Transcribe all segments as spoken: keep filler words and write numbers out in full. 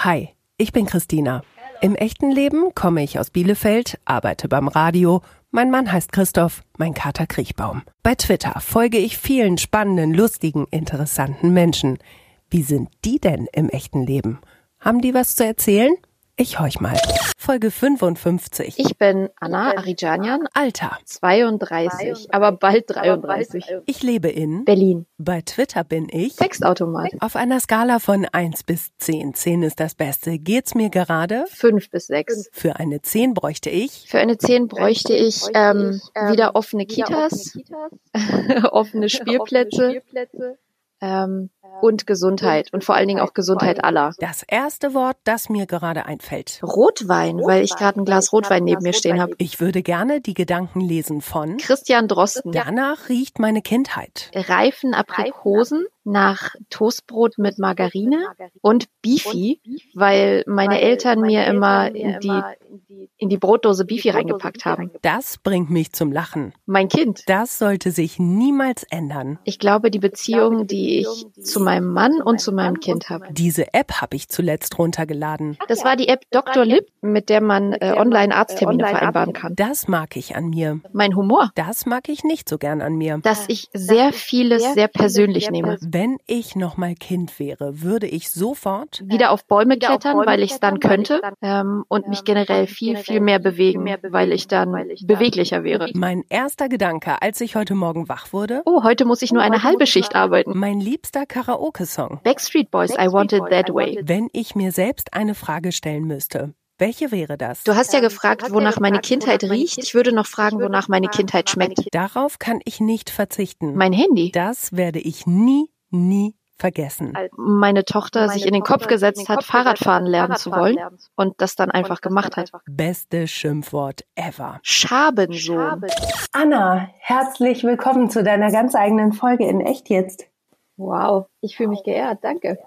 Hi, ich bin Christina. Im echten Leben komme ich aus Bielefeld, arbeite beim Radio. Mein Mann heißt Christoph, mein Kater Kriechbaum. Bei Twitter folge ich vielen spannenden, lustigen, interessanten Menschen. Wie sind die denn im echten Leben? Haben die was zu erzählen? Ich horch mal. Folge fünfundfünfzig. Ich bin Anna Arijanian, Alter. zweiunddreißig, aber bald dreiunddreißig. Ich lebe in Berlin. Bei Twitter bin ich Textautomat. auf einer Skala von eins bis zehn. zehn ist das Beste. Geht's mir gerade? Fünf bis sechs. Für eine zehn bräuchte ich Für eine zehn bräuchte ich ähm, wieder offene Kitas, offene Spielplätze ähm, und Gesundheit und vor allen Dingen auch Gesundheit aller. das erste Wort, das mir gerade einfällt. Rotwein, weil ich gerade ein Glas Rotwein neben mir stehen habe. Ich würde gerne die Gedanken lesen von Christian Drosten. Danach riecht meine Kindheit. Reifen Aprikosen nach Toastbrot mit Margarine und Beefy, weil meine Eltern mir immer in die, in die Brotdose Beefy reingepackt haben. Das bringt mich zum Lachen. Mein Kind. Das sollte sich niemals ändern. Ich glaube, die Beziehung, die ich zu meinem Mann und zu meinem Kind habe. Diese App habe ich zuletzt runtergeladen. Das war die App Doktor Lip, mit der man äh, online Arzttermine vereinbaren kann. Das mag ich an mir. Mein Humor, Das mag ich nicht so gern an mir. dass ich sehr vieles sehr persönlich nehme. Wenn ich noch mal Kind wäre, würde ich sofort Wieder auf Bäume klettern, weil ich es dann könnte ähm, und mich generell viel, viel mehr bewegen, weil ich dann beweglicher wäre. mein erster Gedanke, als ich heute Morgen wach wurde, Oh, heute muss ich nur eine halbe Schicht arbeiten. mein liebster Karaoke-Song. Backstreet Boys, I Want It That Way. Wenn ich mir selbst eine Frage stellen müsste, welche wäre das? Du hast ja gefragt, wonach meine Kindheit riecht. Ich würde noch fragen, wonach meine Kindheit schmeckt. Darauf kann ich nicht verzichten. Mein Handy. Das werde ich nie, nie vergessen. Meine Tochter sich in den Kopf gesetzt hat, Fahrradfahren lernen zu wollen und das dann einfach gemacht hat. Beste Schimpfwort ever. Schabensohn. Anna, herzlich willkommen zu deiner ganz eigenen Folge in Echt jetzt. Wow, ich fühle mich geehrt, danke.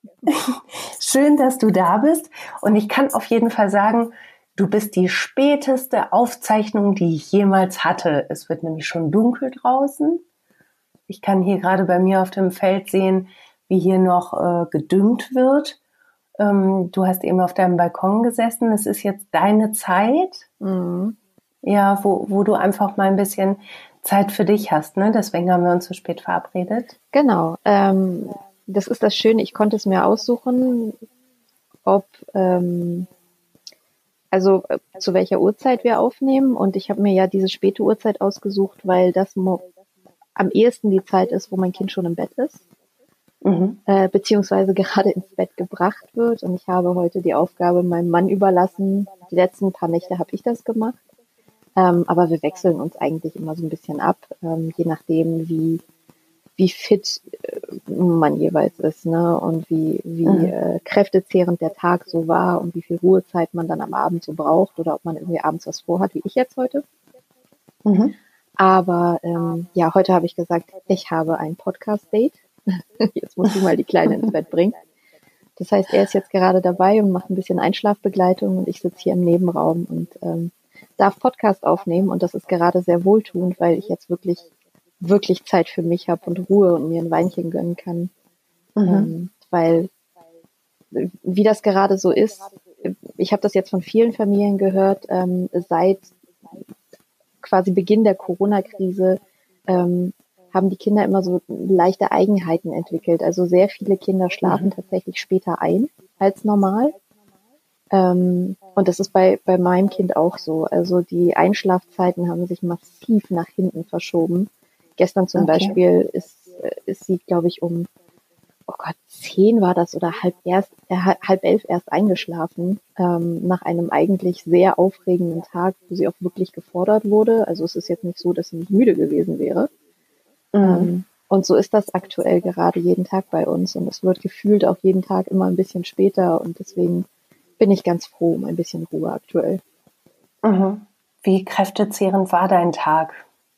Schön, dass du da bist und ich kann auf jeden Fall sagen, du bist die späteste Aufzeichnung, die ich jemals hatte. Es wird nämlich schon dunkel draußen. Ich kann hier gerade bei mir auf dem Feld sehen, wie hier noch äh, gedüngt wird. Ähm, du hast eben auf deinem Balkon gesessen. Es ist jetzt deine Zeit, Mhm. ja, wo, wo du einfach mal ein bisschen Zeit für dich hast. Ne? Deswegen haben wir uns so spät verabredet. Genau, ähm, das ist das Schöne, ich konnte es mir aussuchen, ob, ähm, also äh, zu welcher Uhrzeit wir aufnehmen und ich habe mir ja diese späte Uhrzeit ausgesucht, weil das mo- am ehesten die Zeit ist, wo mein Kind schon im Bett ist, Mhm. äh, beziehungsweise gerade ins Bett gebracht wird und ich habe heute die Aufgabe meinem Mann überlassen. Die letzten paar Nächte habe ich das gemacht, ähm, aber wir wechseln uns eigentlich immer so ein bisschen ab, ähm, je nachdem, wie wie fit äh, man jeweils ist, ne, und wie wie Mhm. äh, kräftezehrend der Tag so war und wie viel Ruhezeit man dann am Abend so braucht oder ob man irgendwie abends was vorhat, wie ich jetzt heute. Mhm. Aber ähm, ja, heute habe ich gesagt, ich habe ein Podcast-Date. Jetzt muss ich mal die Kleine ins Bett bringen. Das heißt, er ist jetzt gerade dabei und macht ein bisschen Einschlafbegleitung und ich sitze hier im Nebenraum und ähm, darf Podcast aufnehmen und das ist gerade sehr wohltuend, weil ich jetzt wirklich wirklich Zeit für mich habe und Ruhe und mir ein Weinchen gönnen kann. Mhm. Ähm, weil, äh, wie das gerade so ist, äh, ich habe das jetzt von vielen Familien gehört, ähm, seit quasi Beginn der Corona-Krise ähm, haben die Kinder immer so leichte Eigenheiten entwickelt. Also sehr viele Kinder schlafen tatsächlich später ein als normal. Ähm, und das ist bei, bei meinem Kind auch so. Also die Einschlafzeiten haben sich massiv nach hinten verschoben. Gestern zum Okay. Beispiel ist, äh, ist sie, glaube ich, um, oh Gott, zehn war das oder halb erst, äh, halb halb elf erst eingeschlafen, ähm, nach einem eigentlich sehr aufregenden Tag, wo sie auch wirklich gefordert wurde. Also es ist jetzt nicht so, dass sie nicht müde gewesen wäre. Mhm. Ähm, und so ist das aktuell gerade jeden Tag bei uns und es wird gefühlt auch jeden Tag immer ein bisschen später und deswegen bin ich ganz froh um ein bisschen Ruhe aktuell. Mhm. Wie kräftezehrend war dein Tag?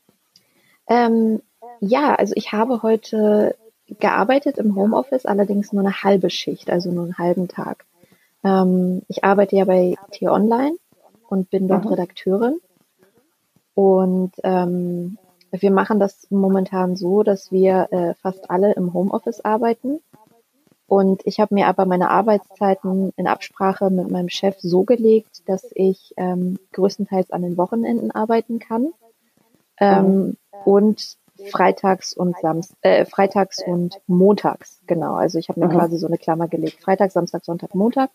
Ähm, ja, also ich habe heute gearbeitet im Homeoffice, allerdings nur eine halbe Schicht, also nur einen halben Tag. Ähm, ich arbeite ja bei T-Online und bin dort Mhm. Redakteurin. Und ähm, wir machen das momentan so, dass wir äh, fast alle im Homeoffice arbeiten. Und ich habe mir aber meine Arbeitszeiten in Absprache mit meinem Chef so gelegt, dass ich ähm, größtenteils an den Wochenenden arbeiten kann ähm, Mhm. und freitags und Samst äh, freitags und montags, genau. Also ich habe mir Mhm. quasi so eine Klammer gelegt. Freitag, Samstag, Sonntag, Montag.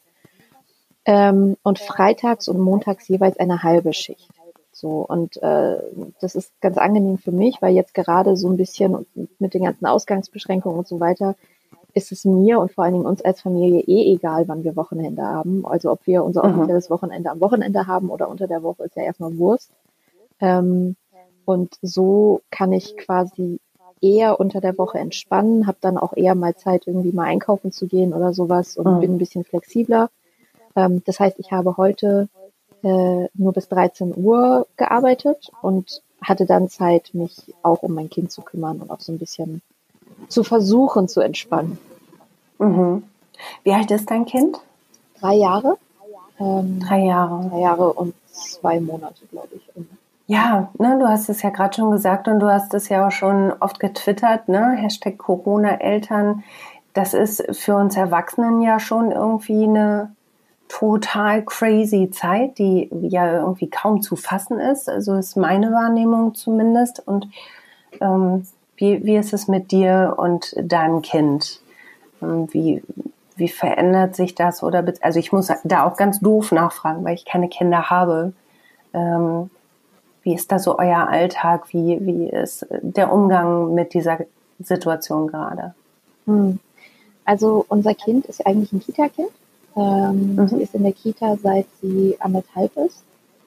Ähm, und freitags und montags jeweils eine halbe Schicht. So, und äh, das ist ganz angenehm für mich, weil jetzt gerade so ein bisschen mit den ganzen Ausgangsbeschränkungen und so weiter ist es mir und vor allen Dingen uns als Familie eh egal, wann wir Wochenende haben. Also ob wir unser Mhm. offizielles Wochenende am Wochenende haben oder unter der Woche, ist ja erstmal Wurst. Ähm, und so kann ich quasi eher unter der Woche entspannen, habe dann auch eher mal Zeit, irgendwie mal einkaufen zu gehen oder sowas und bin Mhm. ein bisschen flexibler. Ähm, das heißt, ich habe heute äh, nur bis dreizehn Uhr gearbeitet und hatte dann Zeit, mich auch um mein Kind zu kümmern und auch so ein bisschen zu versuchen zu entspannen. Mhm. Wie alt ist dein Kind? Drei Jahre, ähm, Drei Jahre. drei Jahre und zwei Monate, glaube ich. Ja, ne, du hast es ja gerade schon gesagt und du hast es ja auch schon oft getwittert, ne? Hashtag Corona-Eltern. Das ist für uns Erwachsenen ja schon irgendwie eine total crazy Zeit, die ja irgendwie kaum zu fassen ist. Also ist meine Wahrnehmung zumindest. Und ähm, wie, wie ist es mit dir und deinem Kind? Ähm, Wie, wie verändert sich das? Oder be- also ich muss da auch ganz doof nachfragen, weil ich keine Kinder habe. Ähm, Wie ist da so euer Alltag? Wie, wie ist der Umgang mit dieser Situation gerade? Hm. Also unser Kind ist eigentlich ein Kita-Kind. Ähm, sie Mhm. ist in der Kita, seit sie anderthalb ist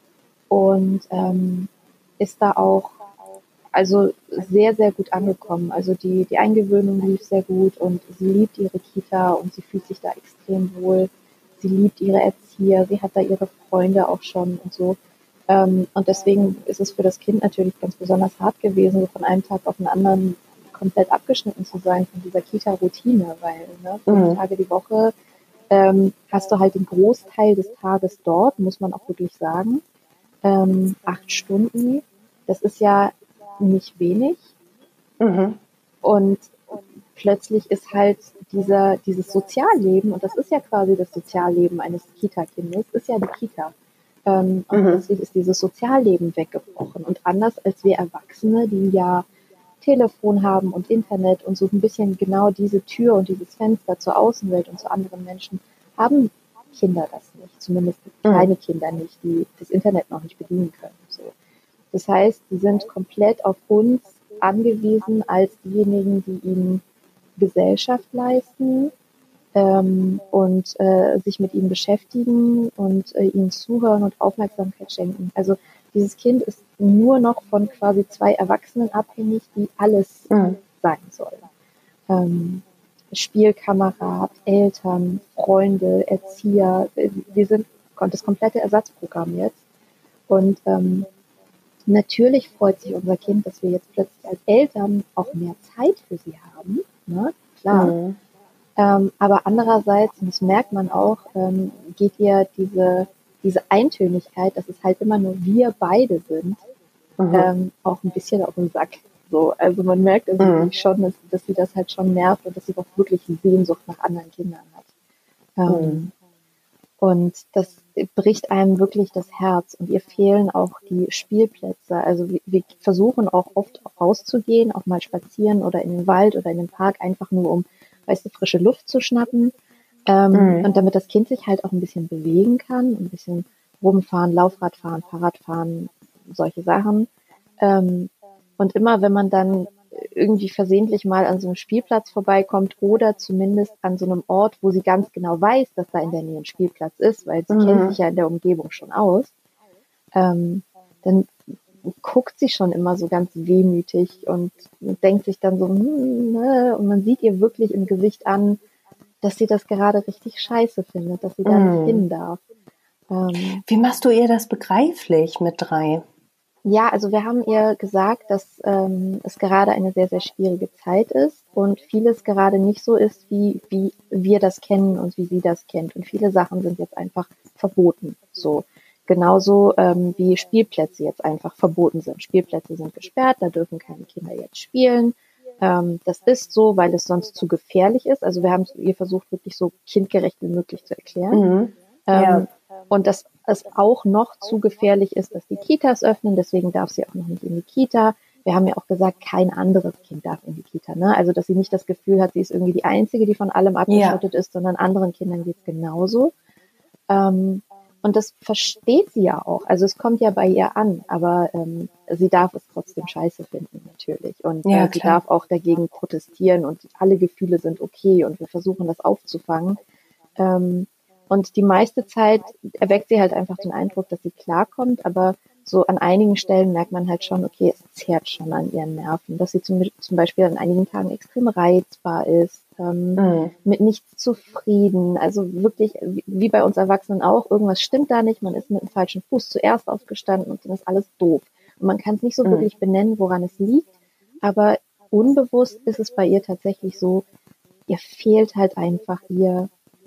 und ähm, ist da auch also sehr, sehr gut angekommen. Also die, die Eingewöhnung lief sehr gut und sie liebt ihre Kita und sie fühlt sich da extrem wohl. Sie liebt ihre Erzieher, sie hat da ihre Freunde auch schon und so. Ähm, und deswegen ist es für das Kind natürlich ganz besonders hart gewesen, so von einem Tag auf den anderen komplett abgeschnitten zu sein von dieser Kita-Routine, weil ne, fünf Mhm. Tage die Woche ähm, hast du halt den Großteil des Tages dort, muss man auch wirklich sagen. Ähm, acht Stunden, das ist ja nicht wenig. Mhm. Und plötzlich ist halt dieser, dieses Sozialleben, und das ist ja quasi das Sozialleben eines Kita-Kindes, ist ja die Kita. Ähm, und Mhm. plötzlich ist dieses Sozialleben weggebrochen. Und anders als wir Erwachsene, die ja Telefon haben und Internet und so ein bisschen genau diese Tür und dieses Fenster zur Außenwelt und zu anderen Menschen, haben Kinder das nicht. Zumindest Mhm. kleine Kinder nicht, die das Internet noch nicht bedienen können. So. Das heißt, sie sind komplett auf uns angewiesen als diejenigen, die ihnen Gesellschaft leisten ähm, und äh, sich mit ihnen beschäftigen und äh, ihnen zuhören und Aufmerksamkeit schenken. Also dieses Kind ist nur noch von quasi zwei Erwachsenen abhängig, die alles Mhm. sagen sollen. Ähm, Spielkamerad, Eltern, Freunde, Erzieher. Wir sind das komplette Ersatzprogramm jetzt. Und ähm, natürlich freut sich unser Kind, dass wir jetzt plötzlich als Eltern auch mehr Zeit für sie haben. Ne? Klar. Mhm. Ähm, aber andererseits, und das merkt man auch, ähm, geht ihr diese, diese Eintönigkeit, dass es halt immer nur wir beide sind, Mhm. ähm, auch ein bisschen auf den Sack. So, also man merkt also Mhm. wirklich schon, dass, dass sie das halt schon nervt und dass sie auch wirklich Sehnsucht nach anderen Kindern hat. Mhm. Ähm, und das bricht einem wirklich das Herz. Und ihr fehlen auch die Spielplätze. Also wir, wir versuchen auch oft rauszugehen, auch mal spazieren oder in den Wald oder in den Park, einfach nur um, weißt du, frische Luft zu schnappen. Ähm, Mhm. und damit das Kind sich halt auch ein bisschen bewegen kann, ein bisschen rumfahren, Laufrad fahren, Fahrrad fahren, solche Sachen. Ähm, und immer wenn man dann irgendwie versehentlich mal an so einem Spielplatz vorbeikommt oder zumindest an so einem Ort, wo sie ganz genau weiß, dass da in der Nähe ein Spielplatz ist, weil sie kennt sich Mhm. ja in der Umgebung schon aus, ähm, dann guckt sie schon immer so ganz wehmütig und denkt sich dann so, hm, ne? Und man sieht ihr wirklich im Gesicht an, dass sie das gerade richtig scheiße findet, dass sie da nicht Mhm. hin darf. Ähm, Wie machst du ihr das begreiflich mit drei? Ja, also wir haben ihr gesagt, dass ähm, es gerade eine sehr, sehr schwierige Zeit ist und vieles gerade nicht so ist, wie, wie wir das kennen und wie sie das kennt. Und viele Sachen sind jetzt einfach verboten. So genauso ähm, wie Spielplätze jetzt einfach verboten sind. Spielplätze sind gesperrt, da dürfen keine Kinder jetzt spielen. Ähm, das ist so, weil es sonst zu gefährlich ist. Also wir haben ihr versucht, wirklich so kindgerecht wie möglich zu erklären. Mhm. Ähm, Ja. Und dass es auch noch zu gefährlich ist, dass die Kitas öffnen. Deswegen darf sie auch noch nicht in die Kita. Wir haben ja auch gesagt, kein anderes Kind darf in die Kita. Ne? Also dass sie nicht das Gefühl hat, sie ist irgendwie die Einzige, die von allem abgeschottet ja. ist, sondern anderen Kindern geht es genauso. Ähm, und das versteht sie ja auch. Also es kommt ja bei ihr an, aber ähm, sie darf es trotzdem scheiße finden natürlich. Und ja, äh, sie darf auch dagegen protestieren und alle Gefühle sind okay und wir versuchen das aufzufangen. Ähm, und die meiste Zeit erweckt sie halt einfach den Eindruck, dass sie klarkommt, aber so an einigen Stellen merkt man halt schon, okay, es zerrt schon an ihren Nerven, dass sie zum, zum Beispiel an einigen Tagen extrem reizbar ist, ähm, mhm. mit nichts zufrieden, also wirklich wie bei uns Erwachsenen auch, irgendwas stimmt da nicht, man ist mit dem falschen Fuß zuerst aufgestanden und dann ist alles doof. Und man kann es nicht so mhm. wirklich benennen, woran es liegt, aber unbewusst ist es bei ihr tatsächlich so, ihr fehlt halt einfach ihr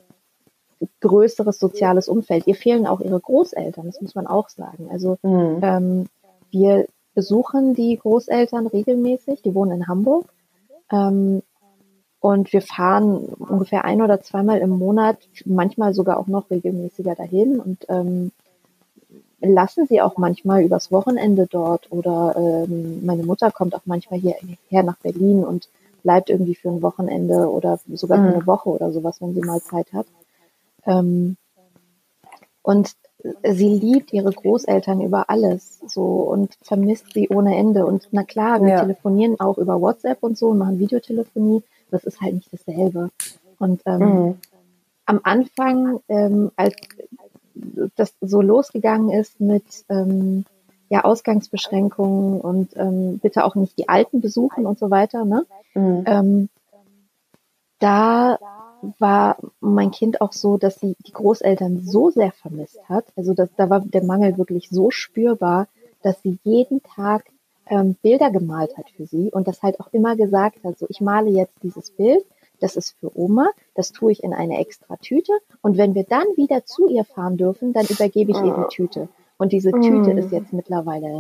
größeres soziales Umfeld. Ihr fehlen auch ihre Großeltern, das muss man auch sagen. Also mhm. ähm, wir besuchen die Großeltern regelmäßig, die wohnen in Hamburg ähm, und wir fahren ungefähr ein oder zweimal im Monat, manchmal sogar auch noch regelmäßiger dahin und ähm, lassen sie auch manchmal übers Wochenende dort oder ähm, meine Mutter kommt auch manchmal hierher nach Berlin und bleibt irgendwie für ein Wochenende oder sogar für eine Woche oder sowas, wenn sie mal Zeit hat. Ähm, und sie liebt ihre Großeltern über alles so und vermisst sie ohne Ende. Und na klar, wir ja. telefonieren auch über WhatsApp und so und machen Videotelefonie. Das ist halt nicht dasselbe. Und ähm, mhm. am Anfang, ähm, als das so losgegangen ist mit ähm, ja, Ausgangsbeschränkungen und ähm, bitte auch nicht die Alten besuchen und so weiter, ne? Mhm. Ähm, da war mein Kind auch so, dass sie die Großeltern so sehr vermisst hat. Also das, da war der Mangel wirklich so spürbar, dass sie jeden Tag ähm, Bilder gemalt hat für sie und das halt auch immer gesagt hat, so ich male jetzt dieses Bild, das ist für Oma, das tue ich in eine extra Tüte und wenn wir dann wieder zu ihr fahren dürfen, dann übergebe ich ihr die Tüte. Und diese Tüte mm. ist jetzt mittlerweile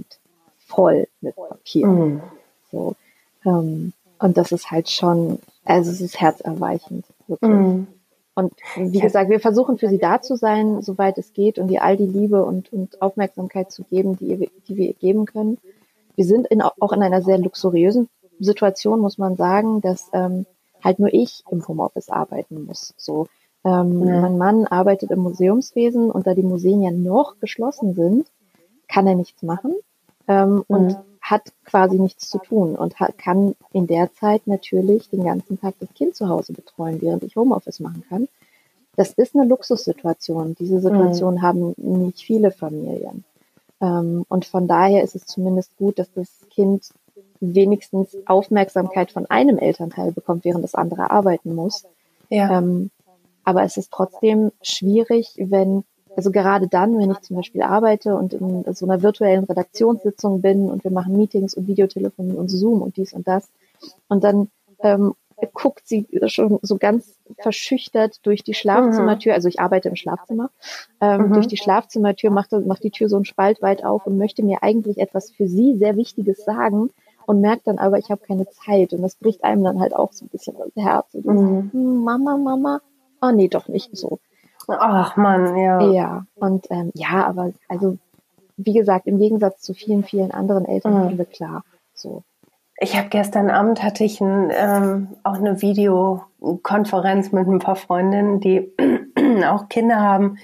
randvoll mit Papier. Mm. So, ähm, und das ist halt schon, also es ist herzerweichend, wirklich. Mm. Und wie gesagt, wir versuchen für sie da zu sein, soweit es geht und ihr all die Liebe und, und Aufmerksamkeit zu geben, die, ihr, die wir ihr geben können. Wir sind in, auch in einer sehr luxuriösen Situation, muss man sagen, dass ähm, halt nur ich im Homeoffice arbeiten muss. So, ähm, ja. Mein Mann arbeitet im Museumswesen und da die Museen ja noch geschlossen sind, kann er nichts machen ähm, ja. und hat quasi nichts zu tun und hat, kann in der Zeit natürlich den ganzen Tag das Kind zu Hause betreuen, während ich Homeoffice machen kann. Das ist eine Luxussituation. Diese Situation ja. haben nicht viele Familien. Ähm, und von daher ist es zumindest gut, dass das Kind wenigstens Aufmerksamkeit von einem Elternteil bekommt, während das andere arbeiten muss. Ja. Ähm, aber es ist trotzdem schwierig, wenn, also gerade dann, wenn ich zum Beispiel arbeite und in so einer virtuellen Redaktionssitzung bin und wir machen Meetings und Videotelefonie und Zoom und dies und das und dann ähm, guckt sie schon so ganz verschüchtert durch die Schlafzimmertür, also ich arbeite im Schlafzimmer, ähm, mhm. durch die Schlafzimmertür, macht, macht die Tür so einen Spalt weit auf und möchte mir eigentlich etwas für sie sehr Wichtiges sagen und merkt dann aber, ich habe keine Zeit und das bricht einem dann halt auch so ein bisschen das Herz. Und mhm. so, Mama, Mama, oh nee, doch nicht so. Ach Mann, ja. Ja, und ähm, ja, aber also wie gesagt, im Gegensatz zu vielen, vielen anderen Eltern mhm. haben wir klar, so. Ich habe gestern Abend hatte ich ein, ähm, auch eine Videokonferenz mit ein paar Freundinnen, die auch Kinder haben,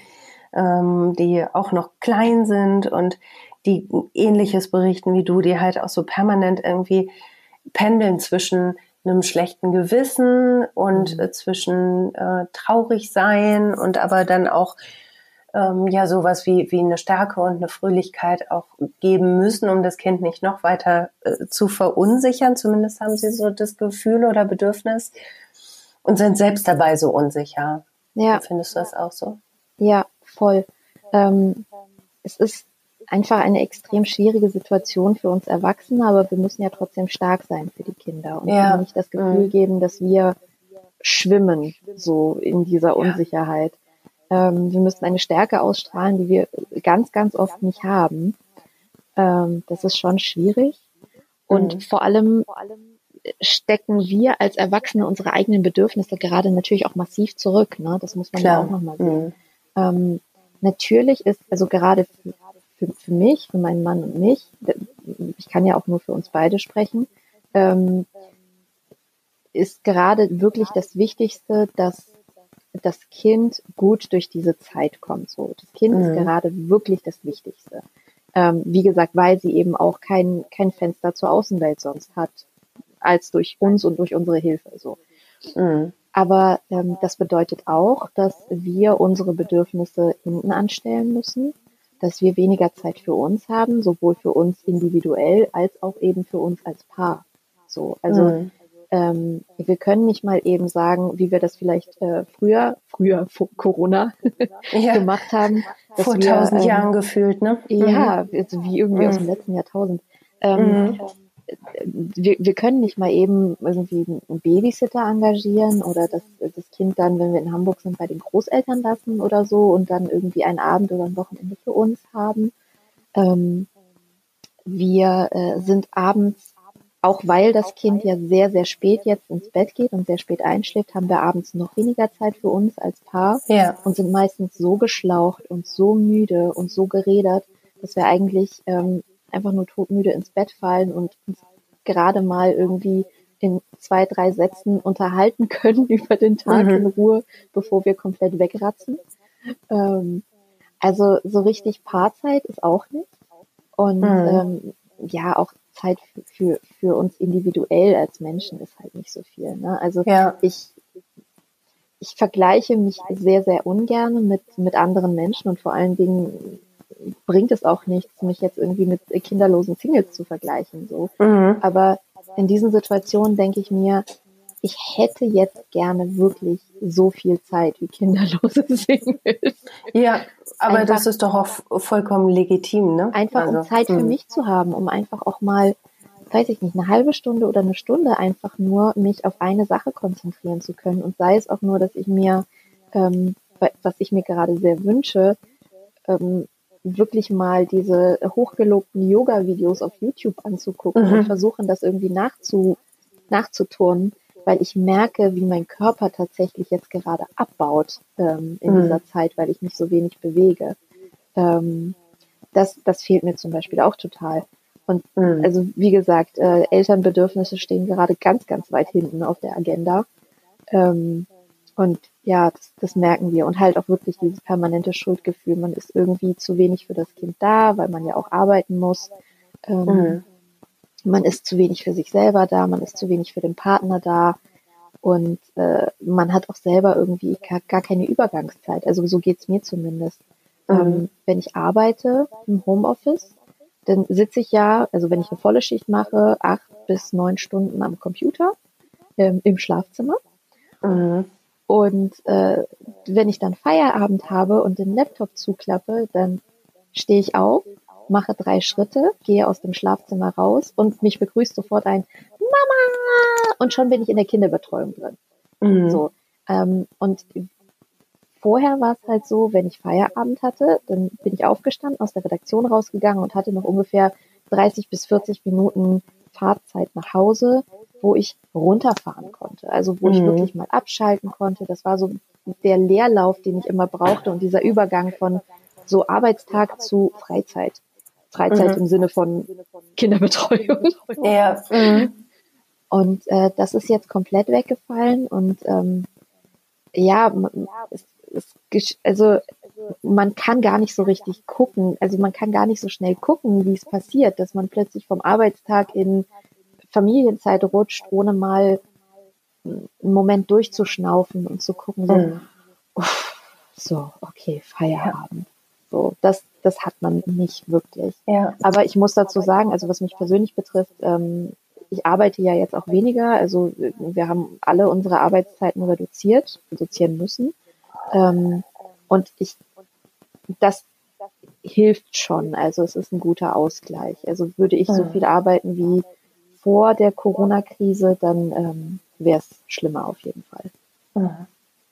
ähm, die auch noch klein sind und die Ähnliches berichten wie du, die halt auch so permanent irgendwie pendeln zwischen einem schlechten Gewissen und mhm. äh, zwischen äh, traurig sein und aber dann auch ähm, ja sowas wie wie eine Stärke und eine Fröhlichkeit auch geben müssen, um das Kind nicht noch weiter äh, zu verunsichern. Zumindest haben sie so das Gefühl oder Bedürfnis und sind selbst dabei so unsicher. Ja. Findest du das auch so? Ja, voll. Ähm, es ist einfach eine extrem schwierige Situation für uns Erwachsene, aber wir müssen ja trotzdem stark sein für die Kinder und ja. ihnen nicht das Gefühl mhm. geben, dass wir schwimmen so in dieser Unsicherheit. Ja. Ähm, wir müssen eine Stärke ausstrahlen, die wir ganz, ganz oft nicht haben. Ähm, das ist schon schwierig und mhm. vor allem stecken wir als Erwachsene unsere eigenen Bedürfnisse gerade natürlich auch massiv zurück. Ne? Das muss man Klar. ja auch nochmal sehen. Mhm. Ähm, natürlich ist, also gerade für, für, für mich, für meinen Mann und mich, ich kann ja auch nur für uns beide sprechen, ähm, ist gerade wirklich das Wichtigste, dass das Kind gut durch diese Zeit kommt. So, das Kind mhm. ist gerade wirklich das Wichtigste. Ähm, wie gesagt, weil sie eben auch kein, kein Fenster zur Außenwelt sonst hat, als durch uns und durch unsere Hilfe. So. Mhm. Aber ähm, das bedeutet auch, dass wir unsere Bedürfnisse hinten anstellen müssen, dass wir weniger Zeit für uns haben, sowohl für uns individuell als auch eben für uns als Paar. So, also mhm. ähm, wir können nicht mal eben sagen, wie wir das vielleicht äh, früher, früher vor Corona ja. gemacht haben. Dass vor wir, tausend ähm, Jahren gefühlt, ne? Ja, also wie irgendwie mhm. aus dem letzten Jahrtausend. Ähm, mhm. Wir, wir können nicht mal eben irgendwie einen Babysitter engagieren oder das, das Kind dann, wenn wir in Hamburg sind, bei den Großeltern lassen oder so und dann irgendwie einen Abend oder ein Wochenende für uns haben. Ähm, wir äh, sind abends, auch weil das Kind ja sehr, sehr spät jetzt ins Bett geht und sehr spät einschläft, haben wir abends noch weniger Zeit für uns als Paar ja. und sind meistens so geschlaucht und so müde und so gerädert, dass wir eigentlich ähm, einfach nur todmüde ins Bett fallen und uns gerade mal irgendwie in zwei, drei Sätzen unterhalten können über den Tag mhm. in Ruhe, bevor wir komplett wegratzen. Ähm, also so richtig Paarzeit ist auch nicht. Und mhm. ähm, ja, auch Zeit für, für, für uns individuell als Menschen ist halt nicht so viel. Ne? Also ja. ich ich vergleiche mich sehr, sehr ungern mit, mit anderen Menschen und vor allen Dingen bringt es auch nichts, mich jetzt irgendwie mit kinderlosen Singles zu vergleichen. So. Mhm. Aber in diesen Situationen denke ich mir, ich hätte jetzt gerne wirklich so viel Zeit wie kinderlose Singles. Ja, aber einfach, das ist doch auch vollkommen legitim, ne? Einfach also, um Zeit mh. für mich zu haben, um einfach auch mal, weiß ich nicht, eine halbe Stunde oder eine Stunde einfach nur mich auf eine Sache konzentrieren zu können. Und sei es auch nur, dass ich mir, ähm, was ich mir gerade sehr wünsche, ähm, wirklich mal diese hochgelobten Yoga-Videos auf YouTube anzugucken mhm. und versuchen, das irgendwie nachzu, nachzuturnen, weil ich merke, wie mein Körper tatsächlich jetzt gerade abbaut ähm, in mhm. dieser Zeit, weil ich mich so wenig bewege. Ähm, das, das fehlt mir zum Beispiel auch total. Und mhm. also wie gesagt, äh, Elternbedürfnisse stehen gerade ganz, ganz weit hinten auf der Agenda. Ähm, und ja, das, das merken wir. Und halt auch wirklich dieses permanente Schuldgefühl. Man ist irgendwie zu wenig für das Kind da, weil man ja auch arbeiten muss. Ähm, mhm. Man ist zu wenig für sich selber da, man ist zu wenig für den Partner da. Und äh, man hat auch selber irgendwie gar, gar keine Übergangszeit. Also so geht's mir zumindest. Mhm. Ähm, wenn ich arbeite im Homeoffice, dann sitze ich ja, also wenn ich eine volle Schicht mache, acht bis neun Stunden am Computer ähm, im Schlafzimmer. Mhm. Und äh, wenn ich dann Feierabend habe und den Laptop zuklappe, dann stehe ich auf, mache drei Schritte, gehe aus dem Schlafzimmer raus und mich begrüßt sofort ein Mama! Und schon bin ich in der Kinderbetreuung drin. Mhm. So, ähm, und vorher war es halt so, wenn ich Feierabend hatte, dann bin ich aufgestanden, aus der Redaktion rausgegangen und hatte noch ungefähr dreißig bis vierzig Minuten Fahrzeit nach Hause, wo ich runterfahren konnte. Also wo mhm. ich wirklich mal abschalten konnte. Das war so der Leerlauf, den ich immer brauchte und dieser Übergang von so Arbeitstag zu Freizeit. Freizeit mhm. im Sinne von Kinderbetreuung. Ja. Mhm. Und äh, das ist jetzt komplett weggefallen und ähm, ja, es, es, also man kann gar nicht so richtig gucken, also man kann gar nicht so schnell gucken, wie es passiert, dass man plötzlich vom Arbeitstag in Familienzeit rutscht, ohne mal einen Moment durchzuschnaufen und zu gucken, so, mhm. uff, so, okay, Feierabend. Ja. So, das, das hat man nicht wirklich. Ja. Aber ich muss dazu sagen, also was mich persönlich betrifft, ähm, ich arbeite ja jetzt auch weniger, also wir haben alle unsere Arbeitszeiten reduziert, reduzieren müssen. Ähm, und ich, das hilft schon, also es ist ein guter Ausgleich. Also würde ich so viel arbeiten wie vor der Corona-Krise, dann ähm, wäre es schlimmer auf jeden Fall.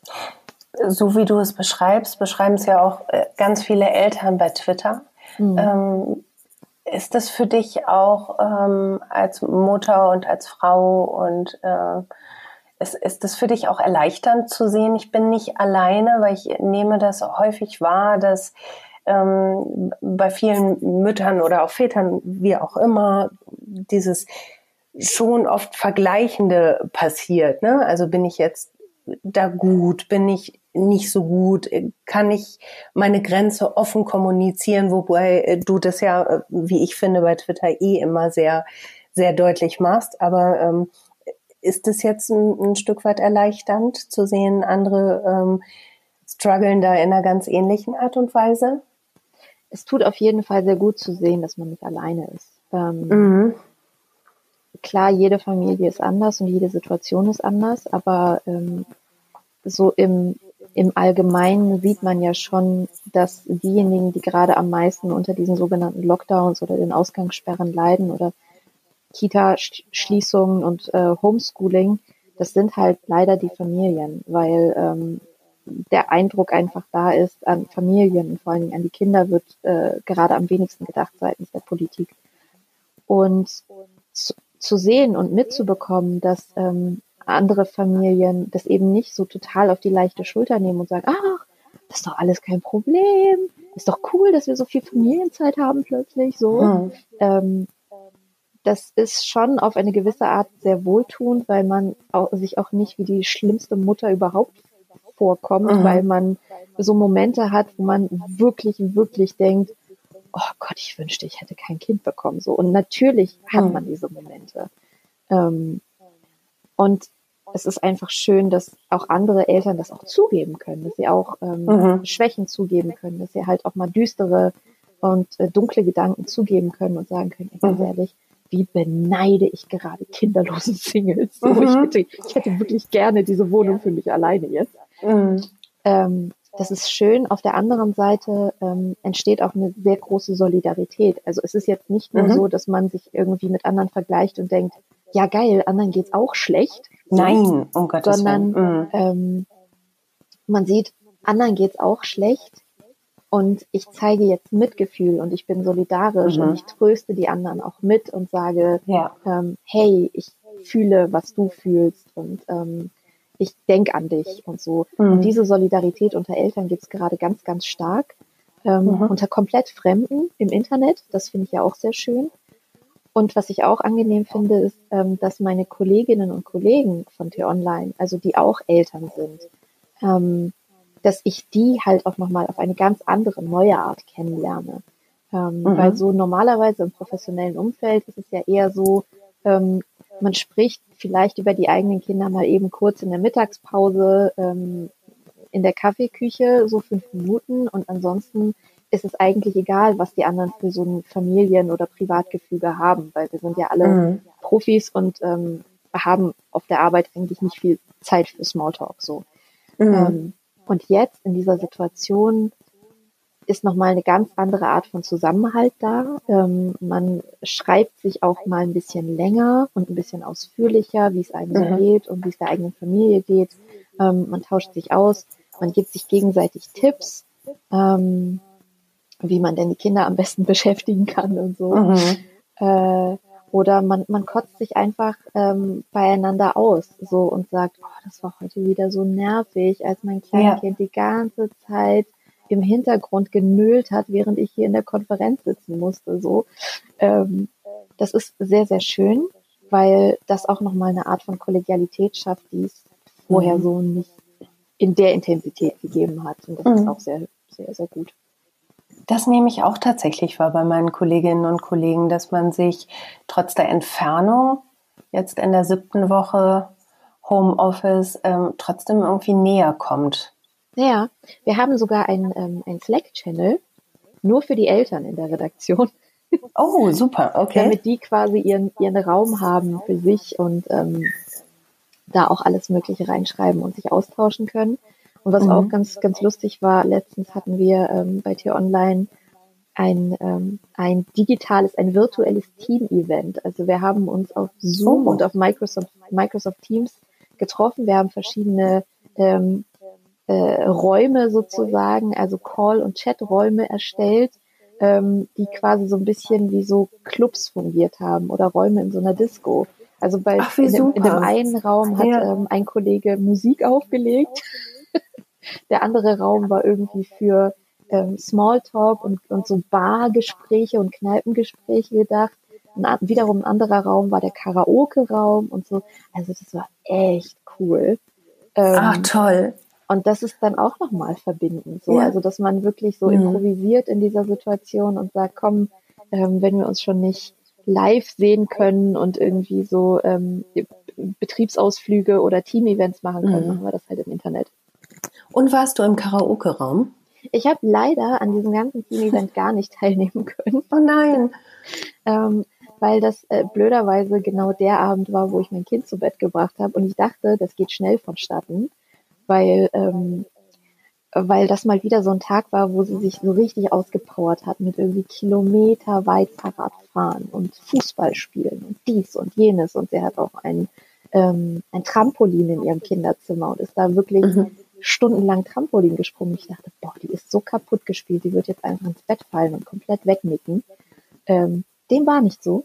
So wie du es beschreibst, beschreiben es ja auch ganz viele Eltern bei Twitter. Mhm. Ähm, Ist das für dich auch ähm, als Mutter und als Frau und äh, ist, ist das für dich auch erleichternd zu sehen, ich bin nicht alleine, weil ich nehme das häufig wahr, dass ähm, bei vielen Müttern oder auch Vätern, wie auch immer, dieses schon oft Vergleichende passiert, ne? Also bin ich jetzt da gut, bin ich nicht so gut, kann ich meine Grenze offen kommunizieren, wobei du das ja, wie ich finde, bei Twitter eh immer sehr, sehr deutlich machst. Aber ähm, ist es jetzt ein, ein Stück weit erleichternd zu sehen, andere ähm, strugglen da in einer ganz ähnlichen Art und Weise? Es tut auf jeden Fall sehr gut zu sehen, dass man nicht alleine ist. Ähm, Mhm. Klar, jede Familie ist anders und jede Situation ist anders, aber ähm, so im, im Allgemeinen sieht man ja schon, dass diejenigen, die gerade am meisten unter diesen sogenannten Lockdowns oder den Ausgangssperren leiden oder Kita-Schließungen und äh, Homeschooling, das sind halt leider die Familien, weil ähm, der Eindruck einfach da ist, an Familien und vor allen Dingen an die Kinder wird äh, gerade am wenigsten gedacht seitens der Politik. Und zu, zu sehen und mitzubekommen, dass ähm, andere Familien das eben nicht so total auf die leichte Schulter nehmen und sagen, ach, das ist doch alles kein Problem, ist doch cool, dass wir so viel Familienzeit haben plötzlich, so. Mhm. Ähm, das ist schon auf eine gewisse Art sehr wohltuend, weil man auch, sich auch nicht wie die schlimmste Mutter überhaupt vorkommt, Mhm. weil man so Momente hat, wo man wirklich, wirklich denkt, oh Gott, ich wünschte, ich hätte kein Kind bekommen. So. Und natürlich hat Mhm. man diese Momente. Ähm, und es ist einfach schön, dass auch andere Eltern das auch zugeben können, dass sie auch ähm, Mhm. Schwächen zugeben können, dass sie halt auch mal düstere und äh, dunkle Gedanken zugeben können und sagen können, ey, ganz Mhm. ehrlich, wie beneide ich gerade kinderlose Singles. So, Mhm. ich, hätte, ich hätte wirklich gerne diese Wohnung für mich alleine jetzt. Mhm. Ähm, das ist schön. Auf der anderen Seite ähm, entsteht auch eine sehr große Solidarität. Also es ist jetzt nicht nur Mhm. so, dass man sich irgendwie mit anderen vergleicht und denkt, ja geil, anderen geht's auch schlecht. So, Nein, um Gottes sondern Willen. Mhm. ähm, man sieht, anderen geht's auch schlecht und ich zeige jetzt Mitgefühl und ich bin solidarisch Mhm. und ich tröste die anderen auch mit und sage, Ja. ähm, hey, ich fühle, was du fühlst und ähm, ich denke an dich und so. Mhm. Und diese Solidarität unter Eltern gibt's gerade ganz, ganz stark. Ähm, Mhm. unter komplett Fremden im Internet, das finde ich ja auch sehr schön. Und was ich auch angenehm finde, ist, ähm, dass meine Kolleginnen und Kollegen von T-Online, also die auch Eltern sind, ähm, dass ich die halt auch nochmal auf eine ganz andere, neue Art kennenlerne. Ähm, Mhm. Weil so normalerweise im professionellen Umfeld ist es ja eher so, ähm, man spricht vielleicht über die eigenen Kinder mal eben kurz in der Mittagspause, ähm, in der Kaffeeküche, so fünf Minuten und ansonsten ist es eigentlich egal, was die anderen für so ein Familien- oder Privatgefüge haben, weil wir sind ja alle Mhm. Profis und ähm, haben auf der Arbeit eigentlich nicht viel Zeit für Smalltalk so. Mhm. Ähm, und jetzt in dieser Situation ist nochmal eine ganz andere Art von Zusammenhalt da. Ähm, man schreibt sich auch mal ein bisschen länger und ein bisschen ausführlicher, wie es einem so Mhm. geht und wie es der eigenen Familie geht. Ähm, man tauscht sich aus, man gibt sich gegenseitig Tipps, ähm, wie man denn die Kinder am besten beschäftigen kann und so. Mhm. Äh, oder man, man kotzt sich einfach ähm, beieinander aus so und sagt, oh, das war heute wieder so nervig, als mein Kleinkind ja. die ganze Zeit im Hintergrund genölt hat, während ich hier in der Konferenz sitzen musste. So, ähm, das ist sehr, sehr schön, weil das auch nochmal eine Art von Kollegialität schafft, die es vorher Mhm. so nicht in der Intensität gegeben hat. Und das Mhm. ist auch sehr, sehr, sehr gut. Das nehme ich auch tatsächlich wahr bei meinen Kolleginnen und Kollegen, dass man sich trotz der Entfernung jetzt in der siebten Woche Homeoffice ähm, trotzdem irgendwie näher kommt. Ja, wir haben sogar einen, ähm, einen Slack-Channel nur für die Eltern in der Redaktion. Oh, super, okay. Damit die quasi ihren, ihren Raum haben für sich und ähm, da auch alles Mögliche reinschreiben und sich austauschen können. Und was mhm. auch ganz, ganz lustig war, letztens hatten wir ähm, bei T-Online ein, ähm, ein digitales, ein virtuelles Team-Event. Also wir haben uns auf Zoom oh. und auf Microsoft, Microsoft Teams getroffen. Wir haben verschiedene ähm, äh, Räume sozusagen, also Call- und Chat-Räume erstellt, ähm, die quasi so ein bisschen wie so Clubs fungiert haben oder Räume in so einer Disco. Also bei Ach, wie in dem, in dem super. einen Raum hat Ja. ähm, ein Kollege Musik aufgelegt, der andere Raum war irgendwie für ähm, Smalltalk und, und so Bargespräche und Kneipengespräche gedacht. Ein, a- wiederum ein anderer Raum war der Karaoke-Raum und so. Also das war echt cool. Ach, Ähm, toll. und das ist dann auch nochmal verbindend, so. Ja. Also, dass man wirklich so Mhm. improvisiert in dieser Situation und sagt, komm, ähm, wenn wir uns schon nicht live sehen können und irgendwie so ähm, Betriebsausflüge oder Team-Events machen können, Mhm. machen wir das halt im Internet. Und warst du im Karaoke-Raum? Ich habe leider an diesem ganzen Team-Event gar nicht teilnehmen können, Oh nein. ähm, weil das äh, blöderweise genau der Abend war, wo ich mein Kind zu Bett gebracht habe und ich dachte, das geht schnell vonstatten, weil ähm, weil das mal wieder so ein Tag war, wo sie sich so richtig ausgepowert hat mit irgendwie kilometerweit Fahrrad fahren und Fußball spielen und dies und jenes. Und sie hat auch ein, ähm, ein Trampolin in ihrem Kinderzimmer und ist da wirklich Mhm. stundenlang Trampolin gesprungen. Ich dachte, boah, die ist so kaputt gespielt, die wird jetzt einfach ins Bett fallen und komplett wegnicken. Ähm, dem war nicht so.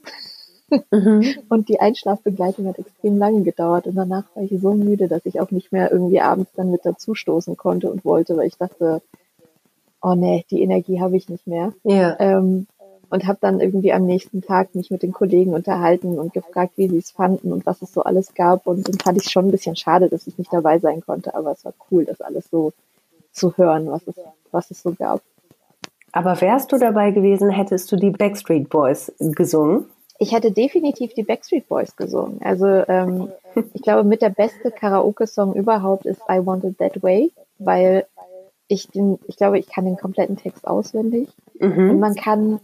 Mhm. Und die Einschlafbegleitung hat extrem lange gedauert. Und danach war ich so müde, dass ich auch nicht mehr irgendwie abends dann mit dazu stoßen konnte und wollte, weil ich dachte, oh nee, die Energie habe ich nicht mehr. Ja. Ähm, und habe dann irgendwie am nächsten Tag mich mit den Kollegen unterhalten und gefragt, wie sie es fanden und was es so alles gab. Und dann fand ich es schon ein bisschen schade, dass ich nicht dabei sein konnte. Aber es war cool, das alles so zu hören, was es, was es so gab. Aber wärst du dabei gewesen, hättest du die Backstreet Boys gesungen? Ich hätte definitiv die Backstreet Boys gesungen. Also ähm, ich glaube, mit der beste Karaoke-Song überhaupt ist I Want It That Way, weil ich den, ich glaube, ich kann den kompletten Text auswendig Mhm. und man kann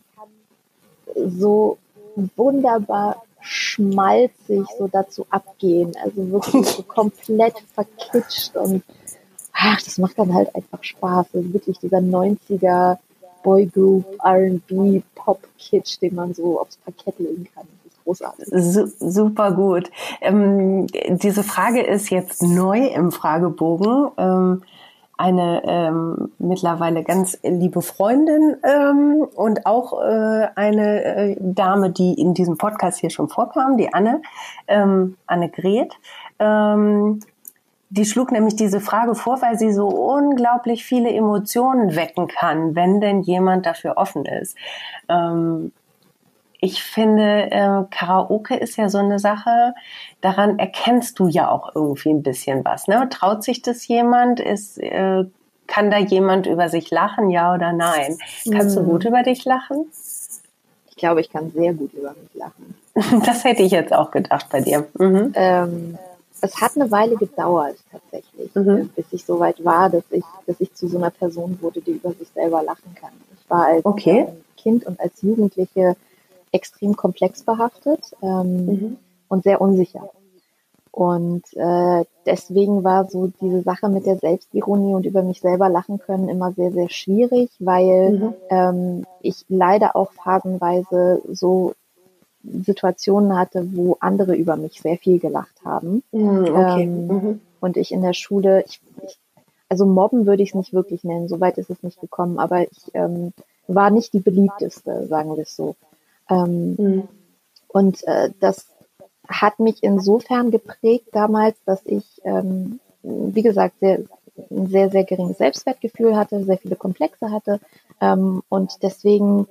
so wunderbar schmalzig so dazu abgehen, also wirklich so komplett verkitscht und ach, das macht dann halt einfach Spaß. Also wirklich dieser neunziger Boygroup, R and B, Pop-Kitsch, den man so aufs Parkett legen kann. Das ist großartig. Su super gut. Ähm, diese Frage ist jetzt neu im Fragebogen. Ähm, eine ähm, mittlerweile ganz liebe Freundin ähm, und auch äh, eine äh, Dame, die in diesem Podcast hier schon vorkam, die Anne, ähm, Annegret. Ähm, die schlug nämlich diese Frage vor, weil sie so unglaublich viele Emotionen wecken kann, wenn denn jemand dafür offen ist. Ähm, Ich finde, äh, Karaoke ist ja so eine Sache, daran erkennst du ja auch irgendwie ein bisschen was. Ne? Traut sich das jemand? Ist, äh, kann da jemand über sich lachen, ja oder nein? Kannst du gut über dich lachen? Ich glaube, ich kann sehr gut über mich lachen. Das hätte ich jetzt auch gedacht bei dir. Mhm. Ähm, es hat eine Weile gedauert tatsächlich, Mhm. äh, bis ich so weit war, dass ich, dass ich zu so einer Person wurde, die über sich selber lachen kann. Ich war als Okay. ähm, Kind und als Jugendliche extrem komplex behaftet ähm, Mhm. und sehr unsicher. Und äh, deswegen war so diese Sache mit der Selbstironie und über mich selber lachen können immer sehr, sehr schwierig, weil Mhm. ähm, ich leider auch phasenweise so Situationen hatte, wo andere über mich sehr viel gelacht haben. Mhm, okay. Ähm, Mhm. und ich in der Schule, ich, ich, also mobben würde ich es nicht wirklich nennen, soweit ist es nicht gekommen, aber ich ähm, war nicht die beliebteste, sagen wir es so. Ähm, Mhm. und äh, das hat mich insofern geprägt damals, dass ich, ähm, wie gesagt, sehr, ein sehr, sehr geringes Selbstwertgefühl hatte, sehr viele Komplexe hatte ähm, und deswegen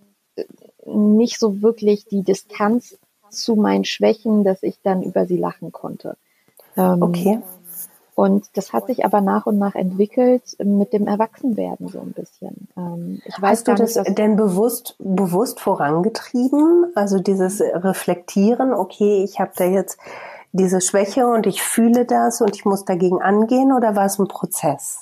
nicht so wirklich die Distanz zu meinen Schwächen, dass ich dann über sie lachen konnte. Ähm, Okay. Und das hat sich aber nach und nach entwickelt mit dem Erwachsenwerden so ein bisschen. Ähm, ich weiß Hast du gar nicht, das was denn bewusst, bewusst vorangetrieben? Also dieses Reflektieren, okay, ich habe da jetzt diese Schwäche und ich fühle das und ich muss dagegen angehen, oder war es ein Prozess?